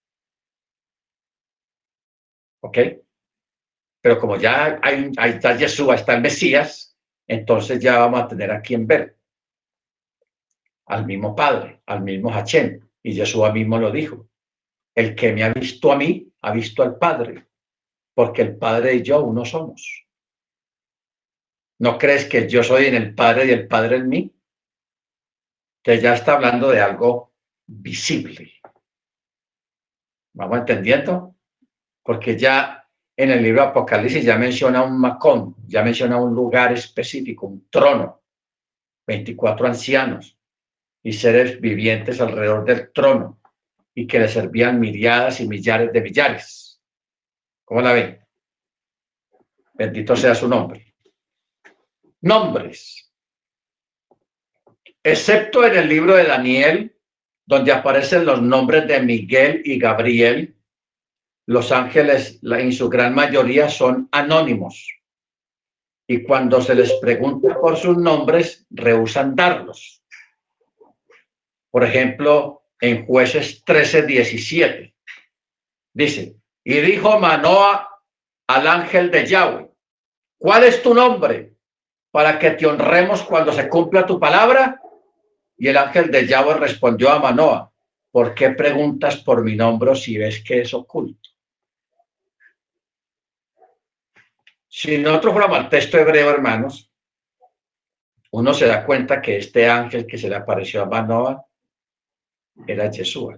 ¿Ok? Pero como ya hay, ahí está Yeshua, está el Mesías, entonces ya vamos a tener a quien ver. Al mismo Padre, al mismo Hachem. Y Yeshua mismo lo dijo. El que me ha visto a mí, ha visto al Padre. Porque el Padre y yo uno somos. ¿No crees que yo soy en el Padre y el Padre en mí? Que ya está hablando de algo visible. ¿Vamos entendiendo? Porque ya en el libro de Apocalipsis ya menciona un macón, ya menciona un lugar específico, un trono, veinticuatro ancianos y seres vivientes alrededor del trono y que le servían millares y millares de millares. ¿Cómo la ven? Bendito sea su nombre. Nombres. Excepto en el libro de Daniel, donde aparecen los nombres de Miguel y Gabriel, los ángeles en su gran mayoría son anónimos. Y cuando se les pregunta por sus nombres, rehúsan darlos. Por ejemplo, en Jueces trece, diecisiete, dice, y dijo Manoa al ángel de Yahweh, ¿cuál es tu nombre para que te honremos cuando se cumpla tu palabra? Y el ángel de Yahweh respondió a Manoa, ¿por qué preguntas por mi nombre si ves que es oculto? Si nosotros fuéramos al texto hebreo, hermanos, uno se da cuenta que este ángel que se le apareció a Manoa era Yeshua.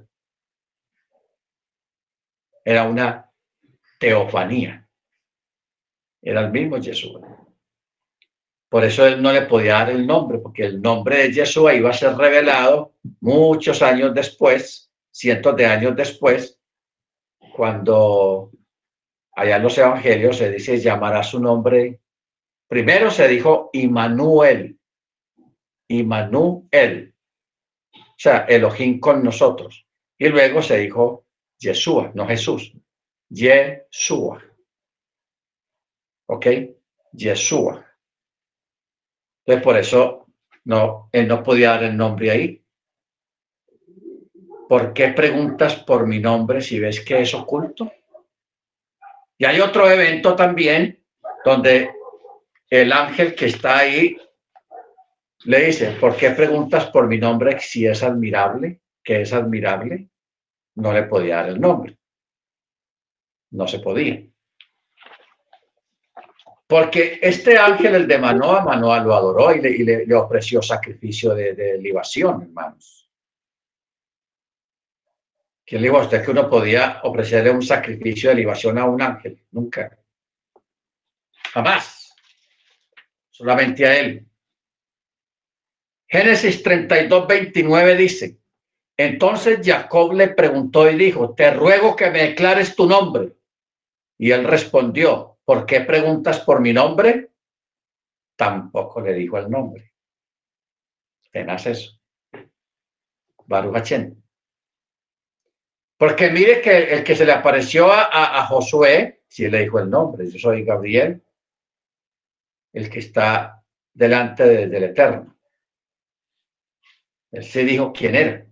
Era una teofanía. Era el mismo Yeshua. Por eso él no le podía dar el nombre, porque el nombre de Yeshua iba a ser revelado muchos años después, cientos de años después, cuando allá en los evangelios se dice llamará su nombre. Primero se dijo Immanuel. Immanuel. O sea, Elohim con nosotros. Y luego se dijo Yeshua, no Jesús. Yeshua. ¿Ok? Yeshua. Entonces, por eso no, él no podía dar el nombre ahí. ¿Por qué preguntas por mi nombre si ves que es oculto? Y hay otro evento también donde el ángel que está ahí le dice, ¿por qué preguntas por mi nombre si es admirable? ¿Que es admirable? No le podía dar el nombre. No se podía. Porque este ángel, el de Manoa, Manoa lo adoró y le, y le, le ofreció sacrificio de, de libación, hermanos. ¿Quién le dijo a usted que uno podía ofrecerle un sacrificio de libación a un ángel? Nunca. Jamás. Solamente a él. Génesis treinta y dos, veintinueve dice, entonces Jacob le preguntó y dijo, te ruego que me declares tu nombre. Y él respondió, ¿por qué preguntas por mi nombre? Tampoco le dijo el nombre. Tenaz eso. Baruch Hachem. Porque mire que el que se le apareció a, a, a Josué, sí le dijo el nombre, yo soy Gabriel, el que está delante de, del Eterno. Él se dijo quién era.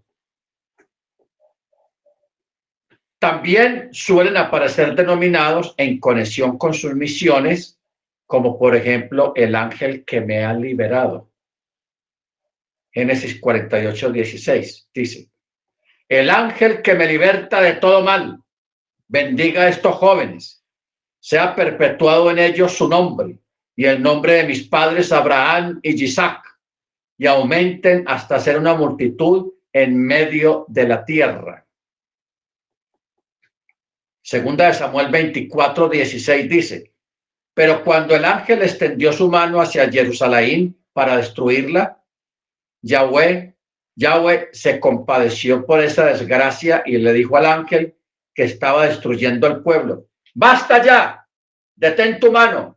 También suelen aparecer denominados en conexión con sus misiones, como por ejemplo el ángel que me ha liberado. Génesis cuarenta y ocho, dieciséis dice, el ángel que me liberta de todo mal, bendiga a estos jóvenes, sea perpetuado en ellos su nombre y el nombre de mis padres Abraham y Isaac, y aumenten hasta ser una multitud en medio de la tierra. Segunda de Samuel veinticuatro, dieciséis dice, Pero cuando el ángel extendió su mano hacia Jerusalén para destruirla, Yahweh, Yahweh se compadeció por esa desgracia y le dijo al ángel que estaba destruyendo el pueblo: ¡basta ya! ¡Detén tu mano!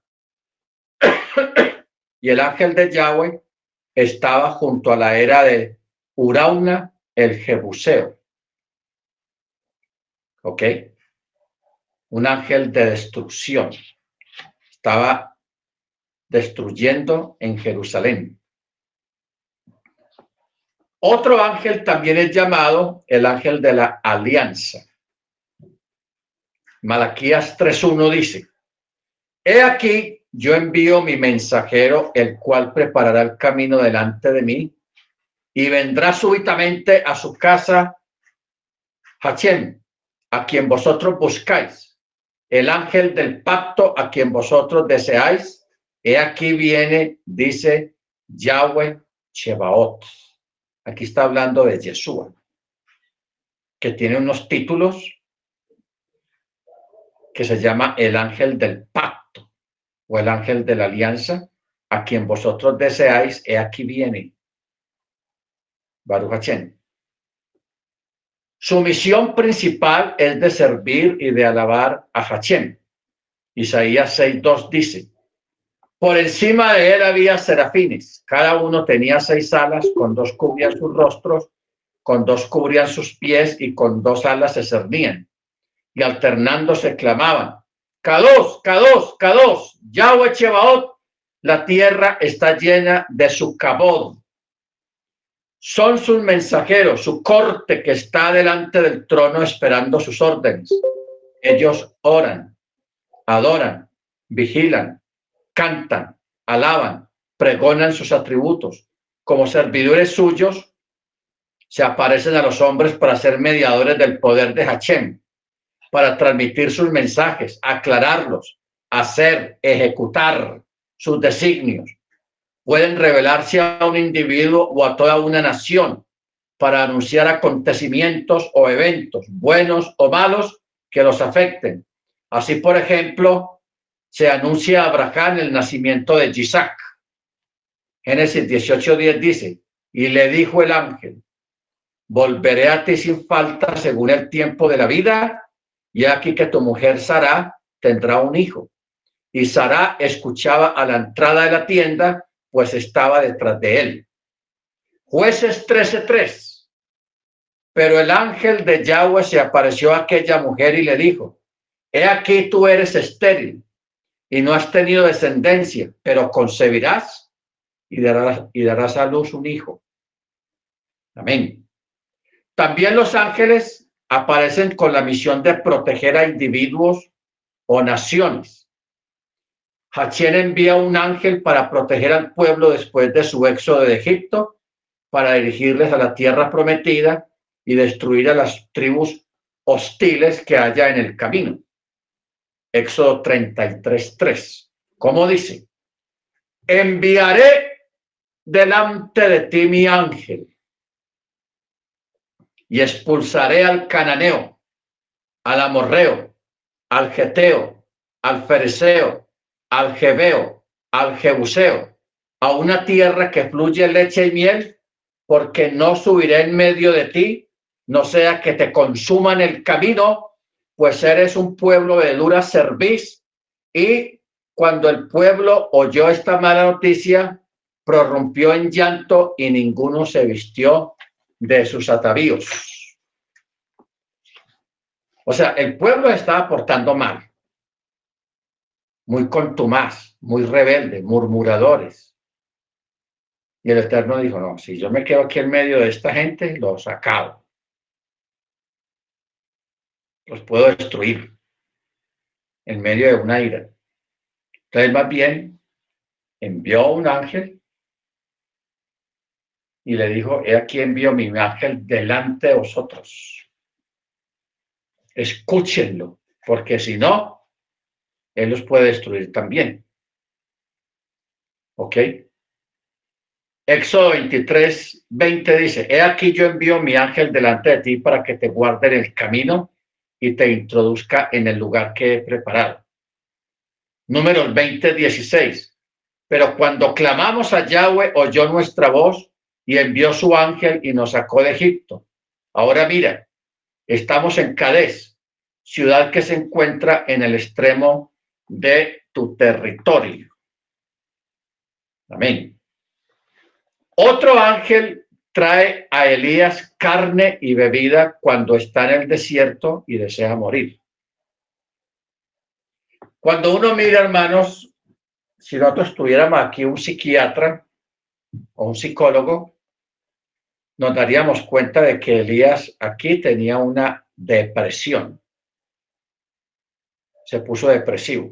Y el ángel de Yahweh estaba junto a la era de Urauna el Jebuseo. ¿Ok? Un ángel de destrucción. Estaba destruyendo en Jerusalén. Otro ángel también es llamado el ángel de la alianza. Malaquías tres uno dice: he aquí, yo envío mi mensajero, el cual preparará el camino delante de mí, y vendrá súbitamente a su casa Hachem, a quien vosotros buscáis, el ángel del pacto a quien vosotros deseáis. He aquí viene, dice Yahweh Chebaot. Aquí está hablando de Yeshua, que tiene unos títulos que se llama el ángel del pacto o el ángel de la alianza, a quien vosotros deseáis. He aquí viene. Baruch Hachem. Su misión principal es de servir y de alabar a Hachem. Isaías seis dos dice: por encima de él había serafines, cada uno tenía seis alas, con dos cubrían sus rostros, con dos cubrían sus pies y con dos alas se cernían, y alternándose clamaban: Kadosh, Kadosh, Kadosh, Yahweh Chebaot, la tierra está llena de su kabod. Son sus mensajeros, su corte que está delante del trono esperando sus órdenes. Ellos oran, adoran, vigilan, cantan, alaban, pregonan sus atributos. Como servidores suyos, se aparecen a los hombres para ser mediadores del poder de Hachem, para transmitir sus mensajes, aclararlos, hacer, ejecutar sus designios. Pueden revelarse a un individuo o a toda una nación para anunciar acontecimientos o eventos, buenos o malos, que los afecten. Así, por ejemplo, se anuncia a Abraham el nacimiento de Isaac. Génesis dieciocho diez dice: y le dijo el ángel: volveré a ti sin falta según el tiempo de la vida, y aquí que tu mujer Sara tendrá un hijo. Y Sara escuchaba a la entrada de la tienda, pues estaba detrás de él. Jueces trece tres. Pero el ángel de Yahweh se apareció a aquella mujer y le dijo: he aquí, tú eres estéril y no has tenido descendencia, pero concebirás y darás, y darás a luz un hijo. Amén. También los ángeles aparecen con la misión de proteger a individuos o naciones. Hachem envía un ángel para proteger al pueblo después de su éxodo de Egipto, para dirigirles a la tierra prometida y destruir a las tribus hostiles que haya en el camino. Éxodo treinta y tres tres. ¿Cómo dice? Enviaré delante de ti mi ángel y expulsaré al cananeo, al amorreo, al geteo, al fereceo, al jebeo, al jebuseo, a una tierra que fluye leche y miel, porque no subiré en medio de ti, no sea que te consuman el camino, pues eres un pueblo de dura cerviz. Y cuando el pueblo oyó esta mala noticia, prorrumpió en llanto y ninguno se vistió de sus atavíos. O sea, el pueblo estaba portando mal, muy contumaz, muy rebelde, murmuradores. Y el Eterno dijo: no, si yo me quedo aquí en medio de esta gente, los acabo. Los puedo destruir en medio de una ira. Entonces, más bien, envió un ángel y le dijo: he aquí envío mi ángel delante de vosotros. Escúchenlo, porque si no, él los puede destruir también. ¿Ok? Éxodo veintitrés veinte dice: he aquí yo envío mi ángel delante de ti para que te guarde en el camino y te introduzca en el lugar que he preparado. Números veinte, dieciséis. Pero cuando clamamos a Yahweh, oyó nuestra voz y envió su ángel y nos sacó de Egipto. Ahora mira, estamos en Cades, ciudad que se encuentra en el extremo de tu territorio. Amén. Otro ángel trae a Elías carne y bebida cuando está en el desierto y desea morir. Cuando uno mira, hermanos, si nosotros tuviéramos aquí un psiquiatra o un psicólogo, nos daríamos cuenta de que Elías aquí tenía una depresión. Se puso depresivo.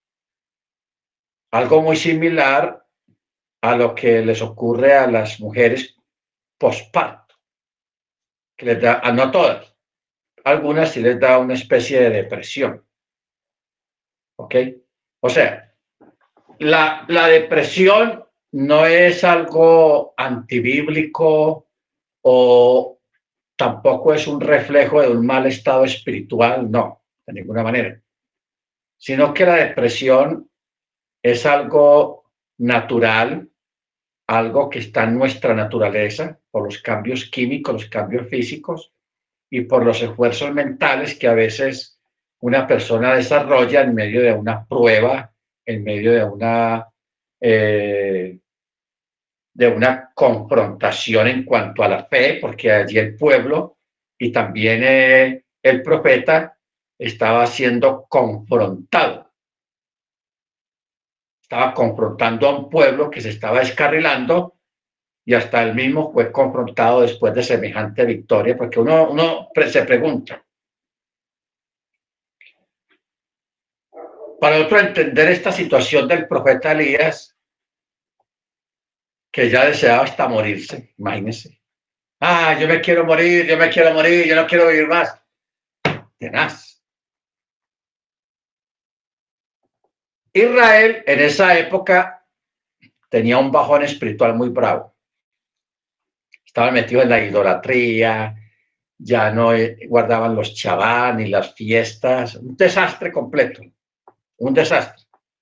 Algo muy similar a lo que les ocurre a las mujeres posparto, que les da, a no todas, algunas sí les da una especie de depresión. ¿Ok? O sea, la, la depresión no es algo antibíblico o tampoco es un reflejo de un mal estado espiritual, no, de ninguna manera. Sino que la depresión es algo natural, algo que está en nuestra naturaleza por los cambios químicos, los cambios físicos y por los esfuerzos mentales que a veces una persona desarrolla en medio de una prueba, en medio de una, eh, de una confrontación en cuanto a la fe, porque allí el pueblo y también eh, el profeta estaba siendo confrontado. Estaba confrontando a un pueblo que se estaba descarrilando y hasta él mismo fue confrontado después de semejante victoria, porque uno, uno se pregunta, para otro entender esta situación del profeta Elías, que ya deseaba hasta morirse, imagínense. Ah, yo me quiero morir, yo me quiero morir, yo no quiero vivir más. Tenaz. Israel en esa época tenía un bajón espiritual muy bravo. Estaban metidos en la idolatría, ya no guardaban los chabán ni las fiestas, un desastre completo, un desastre.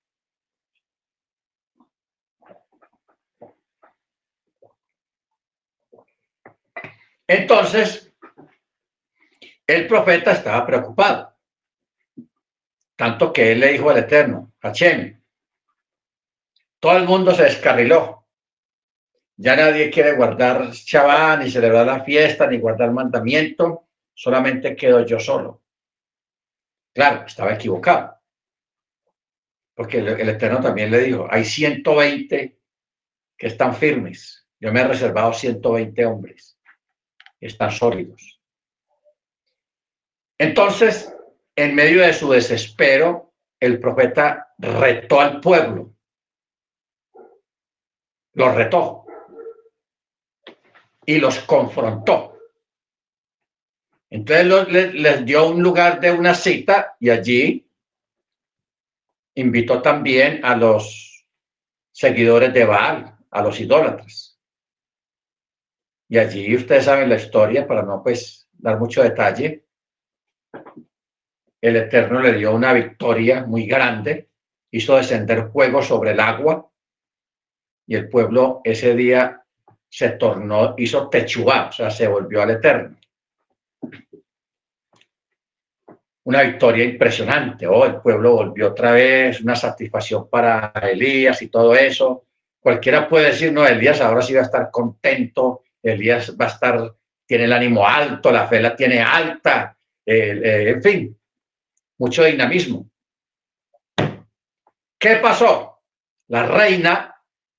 Entonces, el profeta estaba preocupado, tanto que él le dijo al Eterno, Hashem, todo el mundo se descarriló, ya nadie quiere guardar Shabbat, ni celebrar la fiesta, ni guardar mandamiento, solamente quedo yo solo. Claro, estaba equivocado, porque el, el Eterno también le dijo, hay ciento veinte que están firmes, yo me he reservado ciento veinte hombres, están sólidos. Entonces, en medio de su desespero, el profeta retó al pueblo, los retó y los confrontó. Entonces los, les, les dio un lugar de una cita y allí invitó también a los seguidores de Baal, a los idólatras. Y allí ustedes saben la historia, para no pues dar mucho detalle, el Eterno le dio una victoria muy grande, hizo descender fuego sobre el agua y el pueblo ese día se tornó, hizo techubá, o sea, se volvió al Eterno. Una victoria impresionante, oh, el pueblo volvió otra vez, una satisfacción para Elías y todo eso. Cualquiera puede decir, no, Elías ahora sí va a estar contento, Elías va a estar, tiene el ánimo alto, la fe la tiene alta, eh, eh, en fin, mucho dinamismo. ¿Qué pasó? La reina,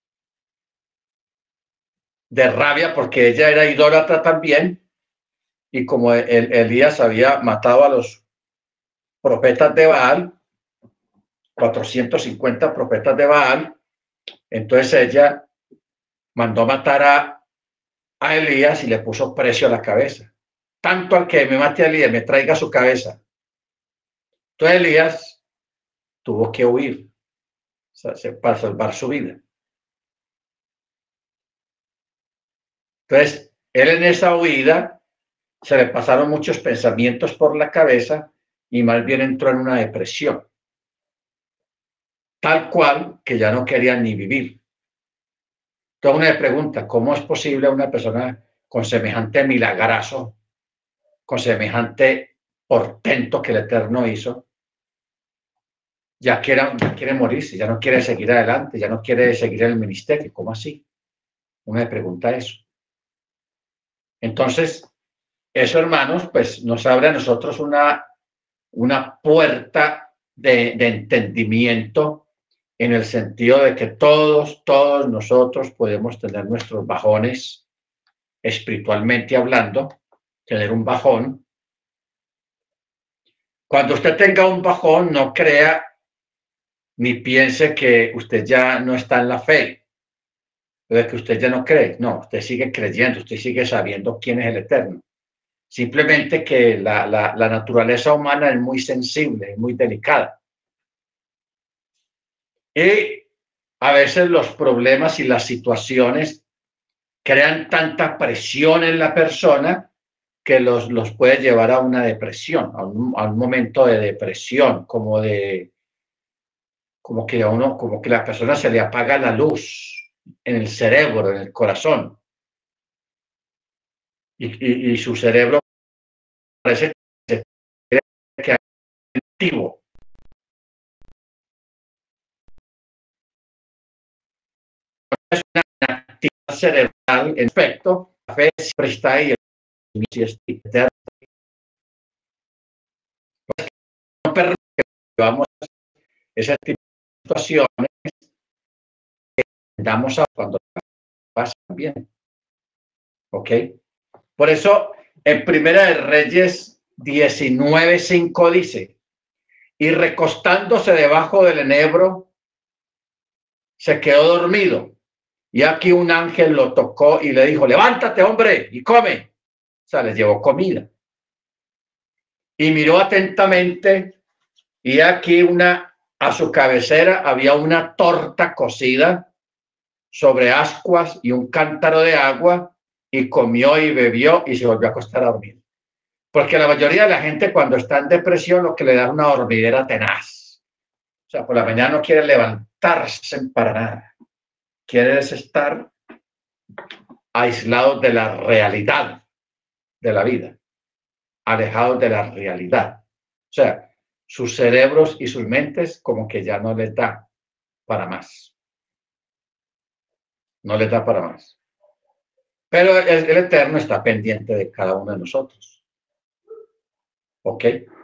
de rabia, porque ella era idólatra también, y como el, Elías había matado a los profetas de Baal, cuatrocientos cincuenta profetas de Baal, entonces ella mandó matar a, a Elías y le puso precio a la cabeza. Tanto al que me mate a Elías, me traiga su cabeza. Entonces Elías tuvo que huir para salvar su vida. Entonces, él en esa huida se le pasaron muchos pensamientos por la cabeza y más bien entró en una depresión. tal cual que ya no querían ni vivir. Entonces uno le pregunta, ¿cómo es posible una persona con semejante milagrazo, con semejante portento que el Eterno hizo, ya quiere, ya quiere morirse, ya no quiere seguir adelante, ya no quiere seguir el ministerio? ¿Cómo así? Uno le pregunta eso. Entonces, eso, hermanos, pues nos abre a nosotros una, una puerta de, de entendimiento, en el sentido de que todos, todos nosotros podemos tener nuestros bajones, espiritualmente hablando, tener un bajón. Cuando usted tenga un bajón, no crea ni piense que usted ya no está en la fe, o que usted ya no cree. No, usted sigue creyendo, usted sigue sabiendo quién es el Eterno. Simplemente que la, la, la naturaleza humana es muy sensible, es muy delicada. Y a veces los problemas y las situaciones crean tanta presión en la persona que los, los puede llevar a una depresión, a un, a un momento de depresión, como de, como que a uno, como que la persona se le apaga la luz en el cerebro, en el corazón. Y, y, y su cerebro parece que se queda activo. Es una actividad cerebral, en efecto, la fe siempre está ahí, y es eterno. No permite que vivamos ese tipo de situaciones que damos a cuando pasan bien. ¿Ok? Por eso, en Primera de Reyes diecinueve cinco dice, y recostándose debajo del enebro, se quedó dormido. Y aquí un ángel lo tocó y le dijo, levántate, hombre, y come. O sea, les llevó comida. Y miró atentamente, y aquí una, a su cabecera había una torta cocida sobre ascuas y un cántaro de agua, y comió y bebió y se volvió a acostar a dormir. Porque la mayoría de la gente, cuando está en depresión, lo que le da es una dormidera tenaz. O sea, por la mañana no quiere levantarse para nada. Quiere estar aislados de la realidad de la vida, alejados de la realidad. O sea, sus cerebros y sus mentes como que ya no les da para más. No les da para más. Pero el, el Eterno está pendiente de cada uno de nosotros. ¿Ok?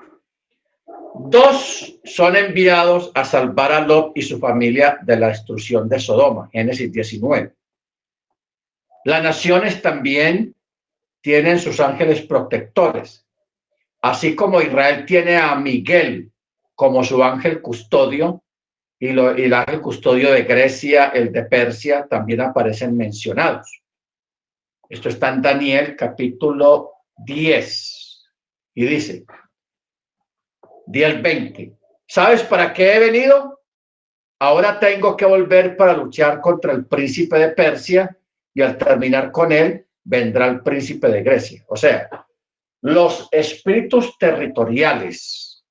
Dos son enviados a salvar a Lot y su familia de la destrucción de Sodoma, Génesis diecinueve. Las naciones también tienen sus ángeles protectores, así como Israel tiene a Miguel como su ángel custodio, y, lo, y el ángel custodio de Grecia, el de Persia, también aparecen mencionados. Esto está en Daniel capítulo diez y dice, diez veinte, ¿sabes para qué he venido? Ahora tengo que volver para luchar contra el príncipe de Persia, y al terminar con él vendrá el príncipe de Grecia. O sea, los espíritus territoriales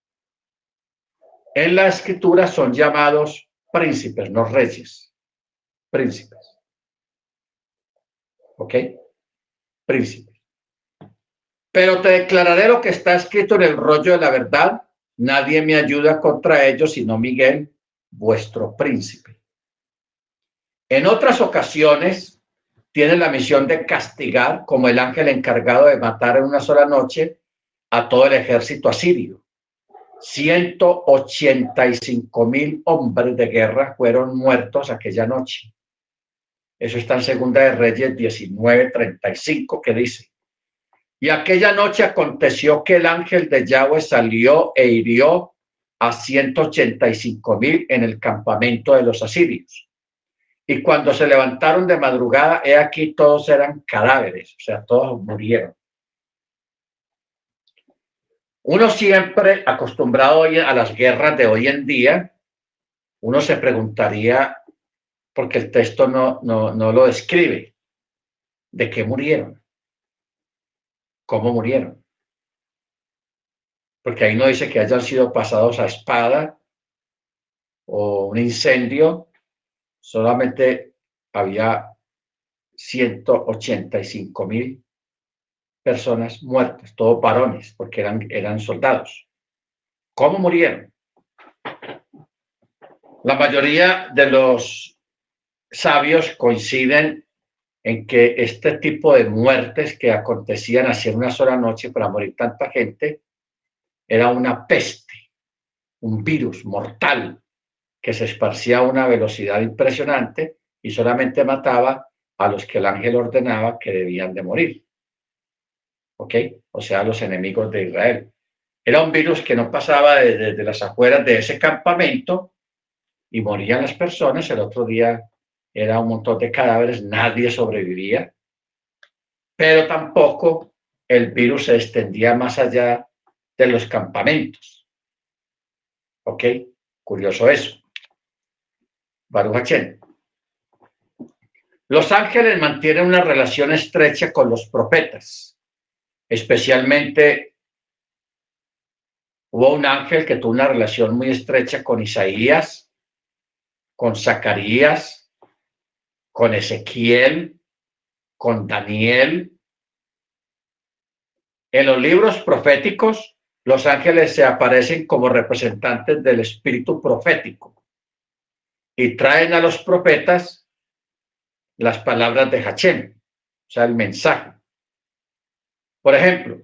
en la escritura son llamados príncipes, no reyes, príncipes. ¿Ok? Príncipes. Pero te declararé lo que está escrito en el rollo de la verdad. Nadie me ayuda contra ellos sino Miguel, vuestro príncipe. En otras ocasiones tiene la misión de castigar, como el ángel encargado de matar en una sola noche a todo el ejército asirio. ciento ochenta y cinco mil hombres de guerra fueron muertos aquella noche. Eso está en Segunda de Reyes diecinueve treinta y cinco, que dice, y aquella noche aconteció que el ángel de Yahweh salió e hirió a ciento ochenta y cinco mil en el campamento de los asirios. Y cuando se levantaron de madrugada, he aquí todos eran cadáveres, o sea, todos murieron. Uno siempre acostumbrado a las guerras de hoy en día, uno se preguntaría, porque el texto no, no, no lo describe, ¿de qué murieron? ¿Cómo murieron? Porque ahí no dice que hayan sido pasados a espada o un incendio, solamente había ciento ochenta y cinco mil personas muertas, todos varones, porque eran, eran soldados. ¿Cómo murieron? La mayoría de los sabios coinciden en que este tipo de muertes que acontecían así en una sola noche para morir tanta gente era una peste, un virus mortal que se esparcía a una velocidad impresionante y solamente mataba a los que el ángel ordenaba que debían de morir. ¿Ok? O sea, los enemigos de Israel. Era un virus que no pasaba desde de las afueras de ese campamento y morían las personas. El otro día era un montón de cadáveres, nadie sobrevivía, pero tampoco el virus se extendía más allá de los campamentos. ¿Ok? Curioso eso. Baruch Hashem. Los ángeles mantienen una relación estrecha con los profetas. Especialmente hubo un ángel que tuvo una relación muy estrecha con Isaías, con Zacarías, con Ezequiel, con Daniel. En los libros proféticos, los ángeles se aparecen como representantes del espíritu profético y traen a los profetas las palabras de Hashem, o sea, el mensaje. Por ejemplo,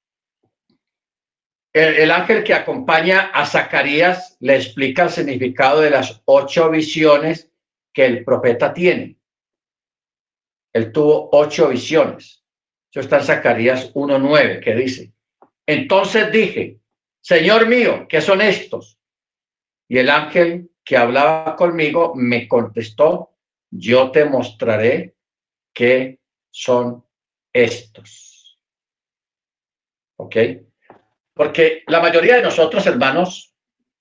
el, el ángel que acompaña a Zacarías le explica el significado de las ocho visiones que el profeta tiene. Él tuvo ocho visiones. Eso está en Zacarías uno nueve, que dice: entonces dije, Señor mío, ¿qué son estos? Y el ángel que hablaba conmigo me contestó: yo te mostraré qué son estos. ¿Ok? Porque la mayoría de nosotros, hermanos,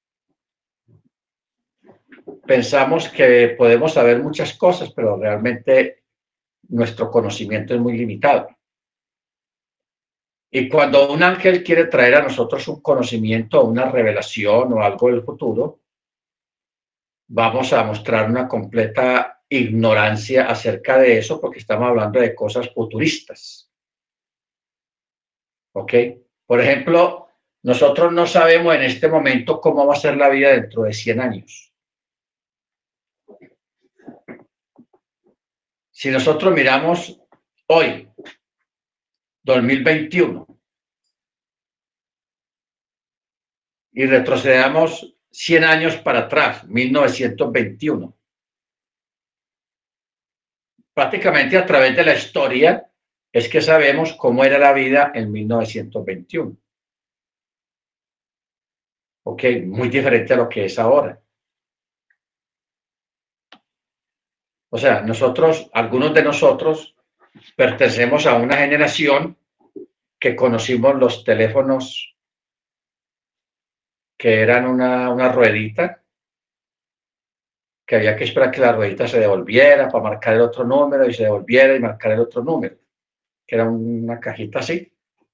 pensamos que podemos saber muchas cosas, pero realmente nuestro conocimiento es muy limitado. Y cuando un ángel quiere traer a nosotros un conocimiento, una revelación o algo del futuro, vamos a mostrar una completa ignorancia acerca de eso, porque estamos hablando de cosas futuristas. ¿Ok? Por ejemplo, nosotros no sabemos en este momento cómo va a ser la vida dentro de cien años. Si nosotros miramos hoy, dos mil veintiuno, y retrocedamos cien años para atrás, mil novecientos veintiuno, prácticamente a través de la historia es que sabemos cómo era la vida en mil novecientos veintiuno. Ok, muy diferente a lo que es ahora. O sea, nosotros, algunos de nosotros, pertenecemos a una generación que conocimos los teléfonos que eran una, una ruedita, que había que esperar que la ruedita se devolviera para marcar el otro número y se devolviera y marcar el otro número, que era una cajita así.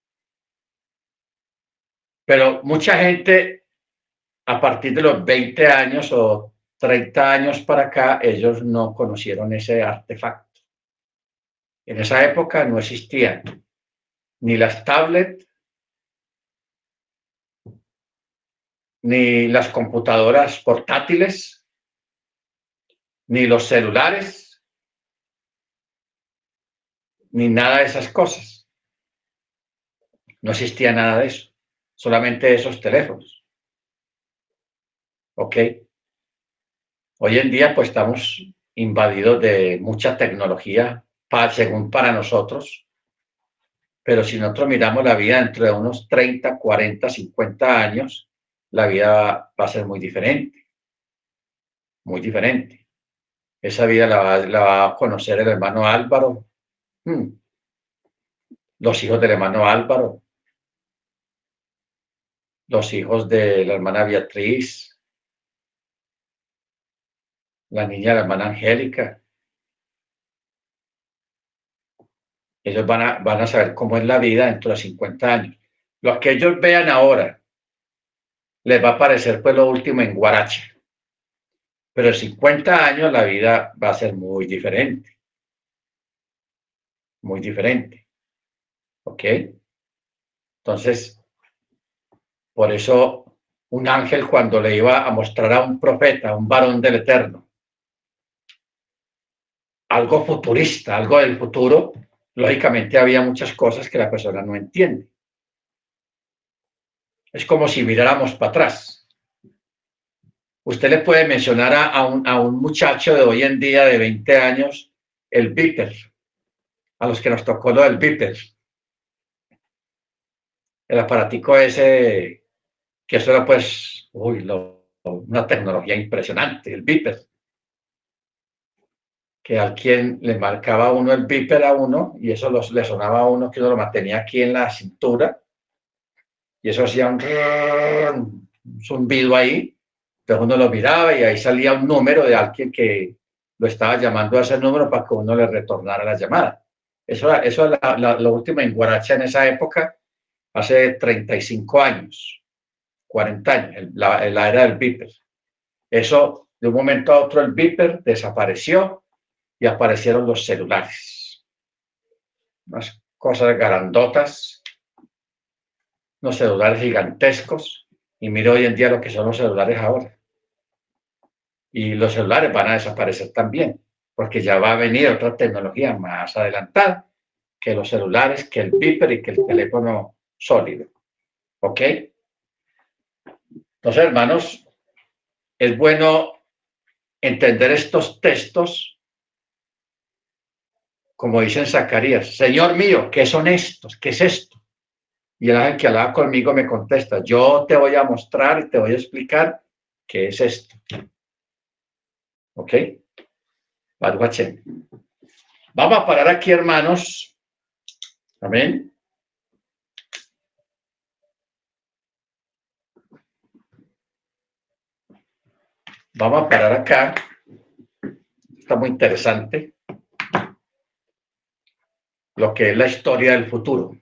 Pero mucha gente, a partir de los veinte años o treinta años para acá, ellos no conocieron ese artefacto. En esa época no existían ni las tablets, ni las computadoras portátiles, ni los celulares, ni nada de esas cosas. No existía nada de eso, solamente esos teléfonos. ¿Ok? Hoy en día pues estamos invadidos de mucha tecnología, para, según para nosotros, pero si nosotros miramos la vida dentro de unos treinta, cuarenta, cincuenta años, la vida va a ser muy diferente, muy diferente. Esa vida la va, la va a conocer el hermano Álvaro, hmm. los hijos del hermano Álvaro, los hijos de la hermana Beatriz, la niña de la hermana Angélica. Ellos van a, van a saber cómo es la vida dentro de cincuenta años. Lo que ellos vean ahora les va a parecer pues lo último en Guaracha. Pero en cincuenta años la vida va a ser muy diferente. Muy diferente. ¿Ok? Entonces, por eso un ángel cuando le iba a mostrar a un profeta, a un varón del Eterno, algo futurista, algo del futuro, lógicamente había muchas cosas que la persona no entiende. Es como si miráramos para atrás. Usted le puede mencionar a, a, un, a un muchacho de hoy en día de veinte años el beeper, a los que nos tocó lo del beeper. El aparatico ese, que eso era pues, uy, lo, una tecnología impresionante, el beeper. Que a quien le marcaba uno el beeper a uno y eso los, le sonaba a uno que uno lo mantenía aquí en la cintura y eso hacía un, un zumbido ahí, entonces uno lo miraba y ahí salía un número de alguien que lo estaba llamando a ese número para que uno le retornara la llamada. Eso era, eso era la, la, lo último en Guaracha en esa época, hace treinta y cinco años, cuarenta años, la, la era del beeper. Eso, de un momento a otro, el beeper desapareció y aparecieron los celulares. Unas cosas grandotas, unos celulares gigantescos, y mire hoy en día lo que son los celulares ahora. Y los celulares van a desaparecer también, porque ya va a venir otra tecnología más adelantada que los celulares, que el beeper y que el teléfono sólido. ¿Ok? Entonces, hermanos, es bueno entender estos textos, como dice en Zacarías: Señor mío, ¿qué son estos? ¿Qué es esto? Y el ángel que hablaba conmigo me contesta: yo te voy a mostrar y te voy a explicar qué es esto. ¿Ok? Vamos a parar aquí, hermanos. Amén. Vamos a parar acá. Está muy interesante lo que es la historia del futuro.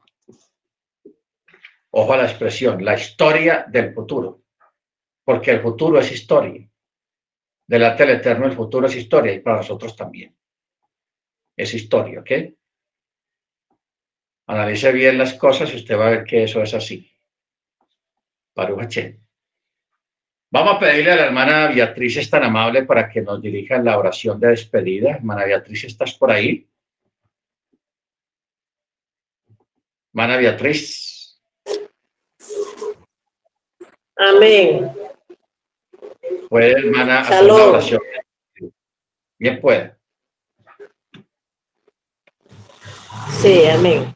Ojo a la expresión, la historia del futuro, porque el futuro es historia. Delante del Eterno el futuro es historia y para nosotros también. Es historia, ¿ok? Analice bien las cosas y usted va a ver que eso es así. Baruch Hashem. Vamos a pedirle a la hermana Beatriz, es tan amable, para que nos dirija la oración de despedida. Hermana Beatriz, ¿estás por ahí? Hermana Beatriz. Amén. ¿Puede, hermana, hacer Shalom. la oración? Bien puede. Sí, amén.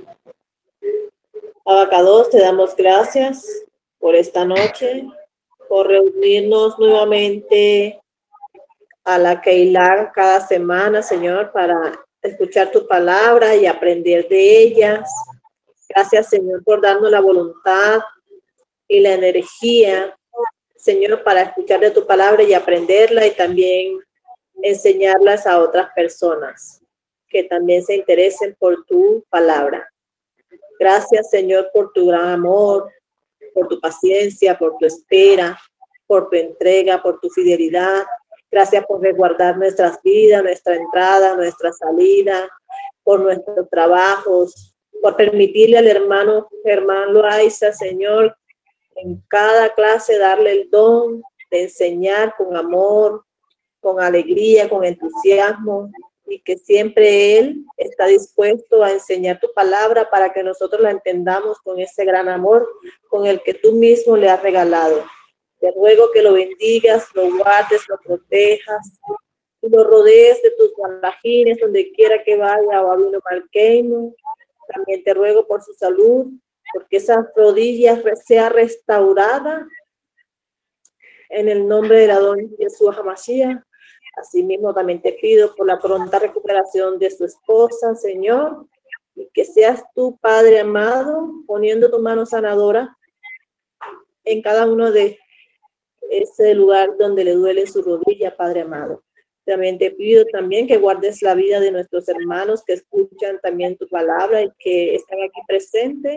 Abacados, te damos gracias por esta noche, por reunirnos nuevamente a la Keilah cada semana, Señor, para escuchar tu palabra y aprender de ellas. Gracias, Señor, por darnos la voluntad y la energía, Señor, para escuchar de tu palabra y aprenderla y también enseñarlas a otras personas que también se interesen por tu palabra. Gracias, Señor, por tu gran amor, por tu paciencia, por tu espera, por tu entrega, por tu fidelidad. Gracias por resguardar nuestras vidas, nuestra entrada, nuestra salida, por nuestros trabajos, por permitirle al hermano Germán Loaiza, Señor, en cada clase darle el don de enseñar con amor, con alegría, con entusiasmo, y que siempre Él está dispuesto a enseñar tu palabra para que nosotros la entendamos con ese gran amor con el que tú mismo le has regalado. Te ruego que lo bendigas, lo guardes, lo protejas, y lo rodees de tus balajines donde quiera que vaya o Abino Malkeinu. También te ruego por su salud, porque esas rodillas sea restaurada en el nombre de la don Yeshua HaMashiach. Asimismo, también te pido por la pronta recuperación de su esposa, Señor, y que seas tú, Padre amado, poniendo tu mano sanadora en cada uno de ese lugar donde le duele su rodilla, Padre amado. También te pido también que guardes la vida de nuestros hermanos que escuchan también tu palabra y que están aquí presentes,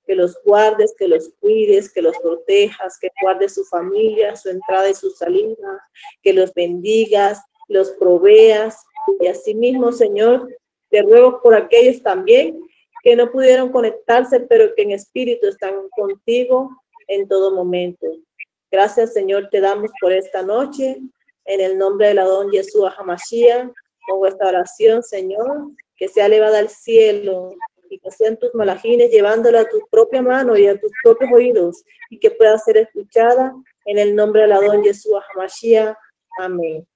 que los guardes, que los cuides, que los protejas, que guardes su familia, su entrada y su salida, que los bendigas, los proveas. Y asimismo, Señor, te ruego por aquellos también que no pudieron conectarse, pero que en espíritu están contigo en todo momento. Gracias, Señor, te damos por esta noche. En el nombre de la don Yeshua HaMashiach, pongo esta oración, Señor, que sea elevada al cielo y que sean tus malajines llevándola a tu propia mano y a tus propios oídos y que pueda ser escuchada en el nombre de la don Yeshua HaMashiach. Amén.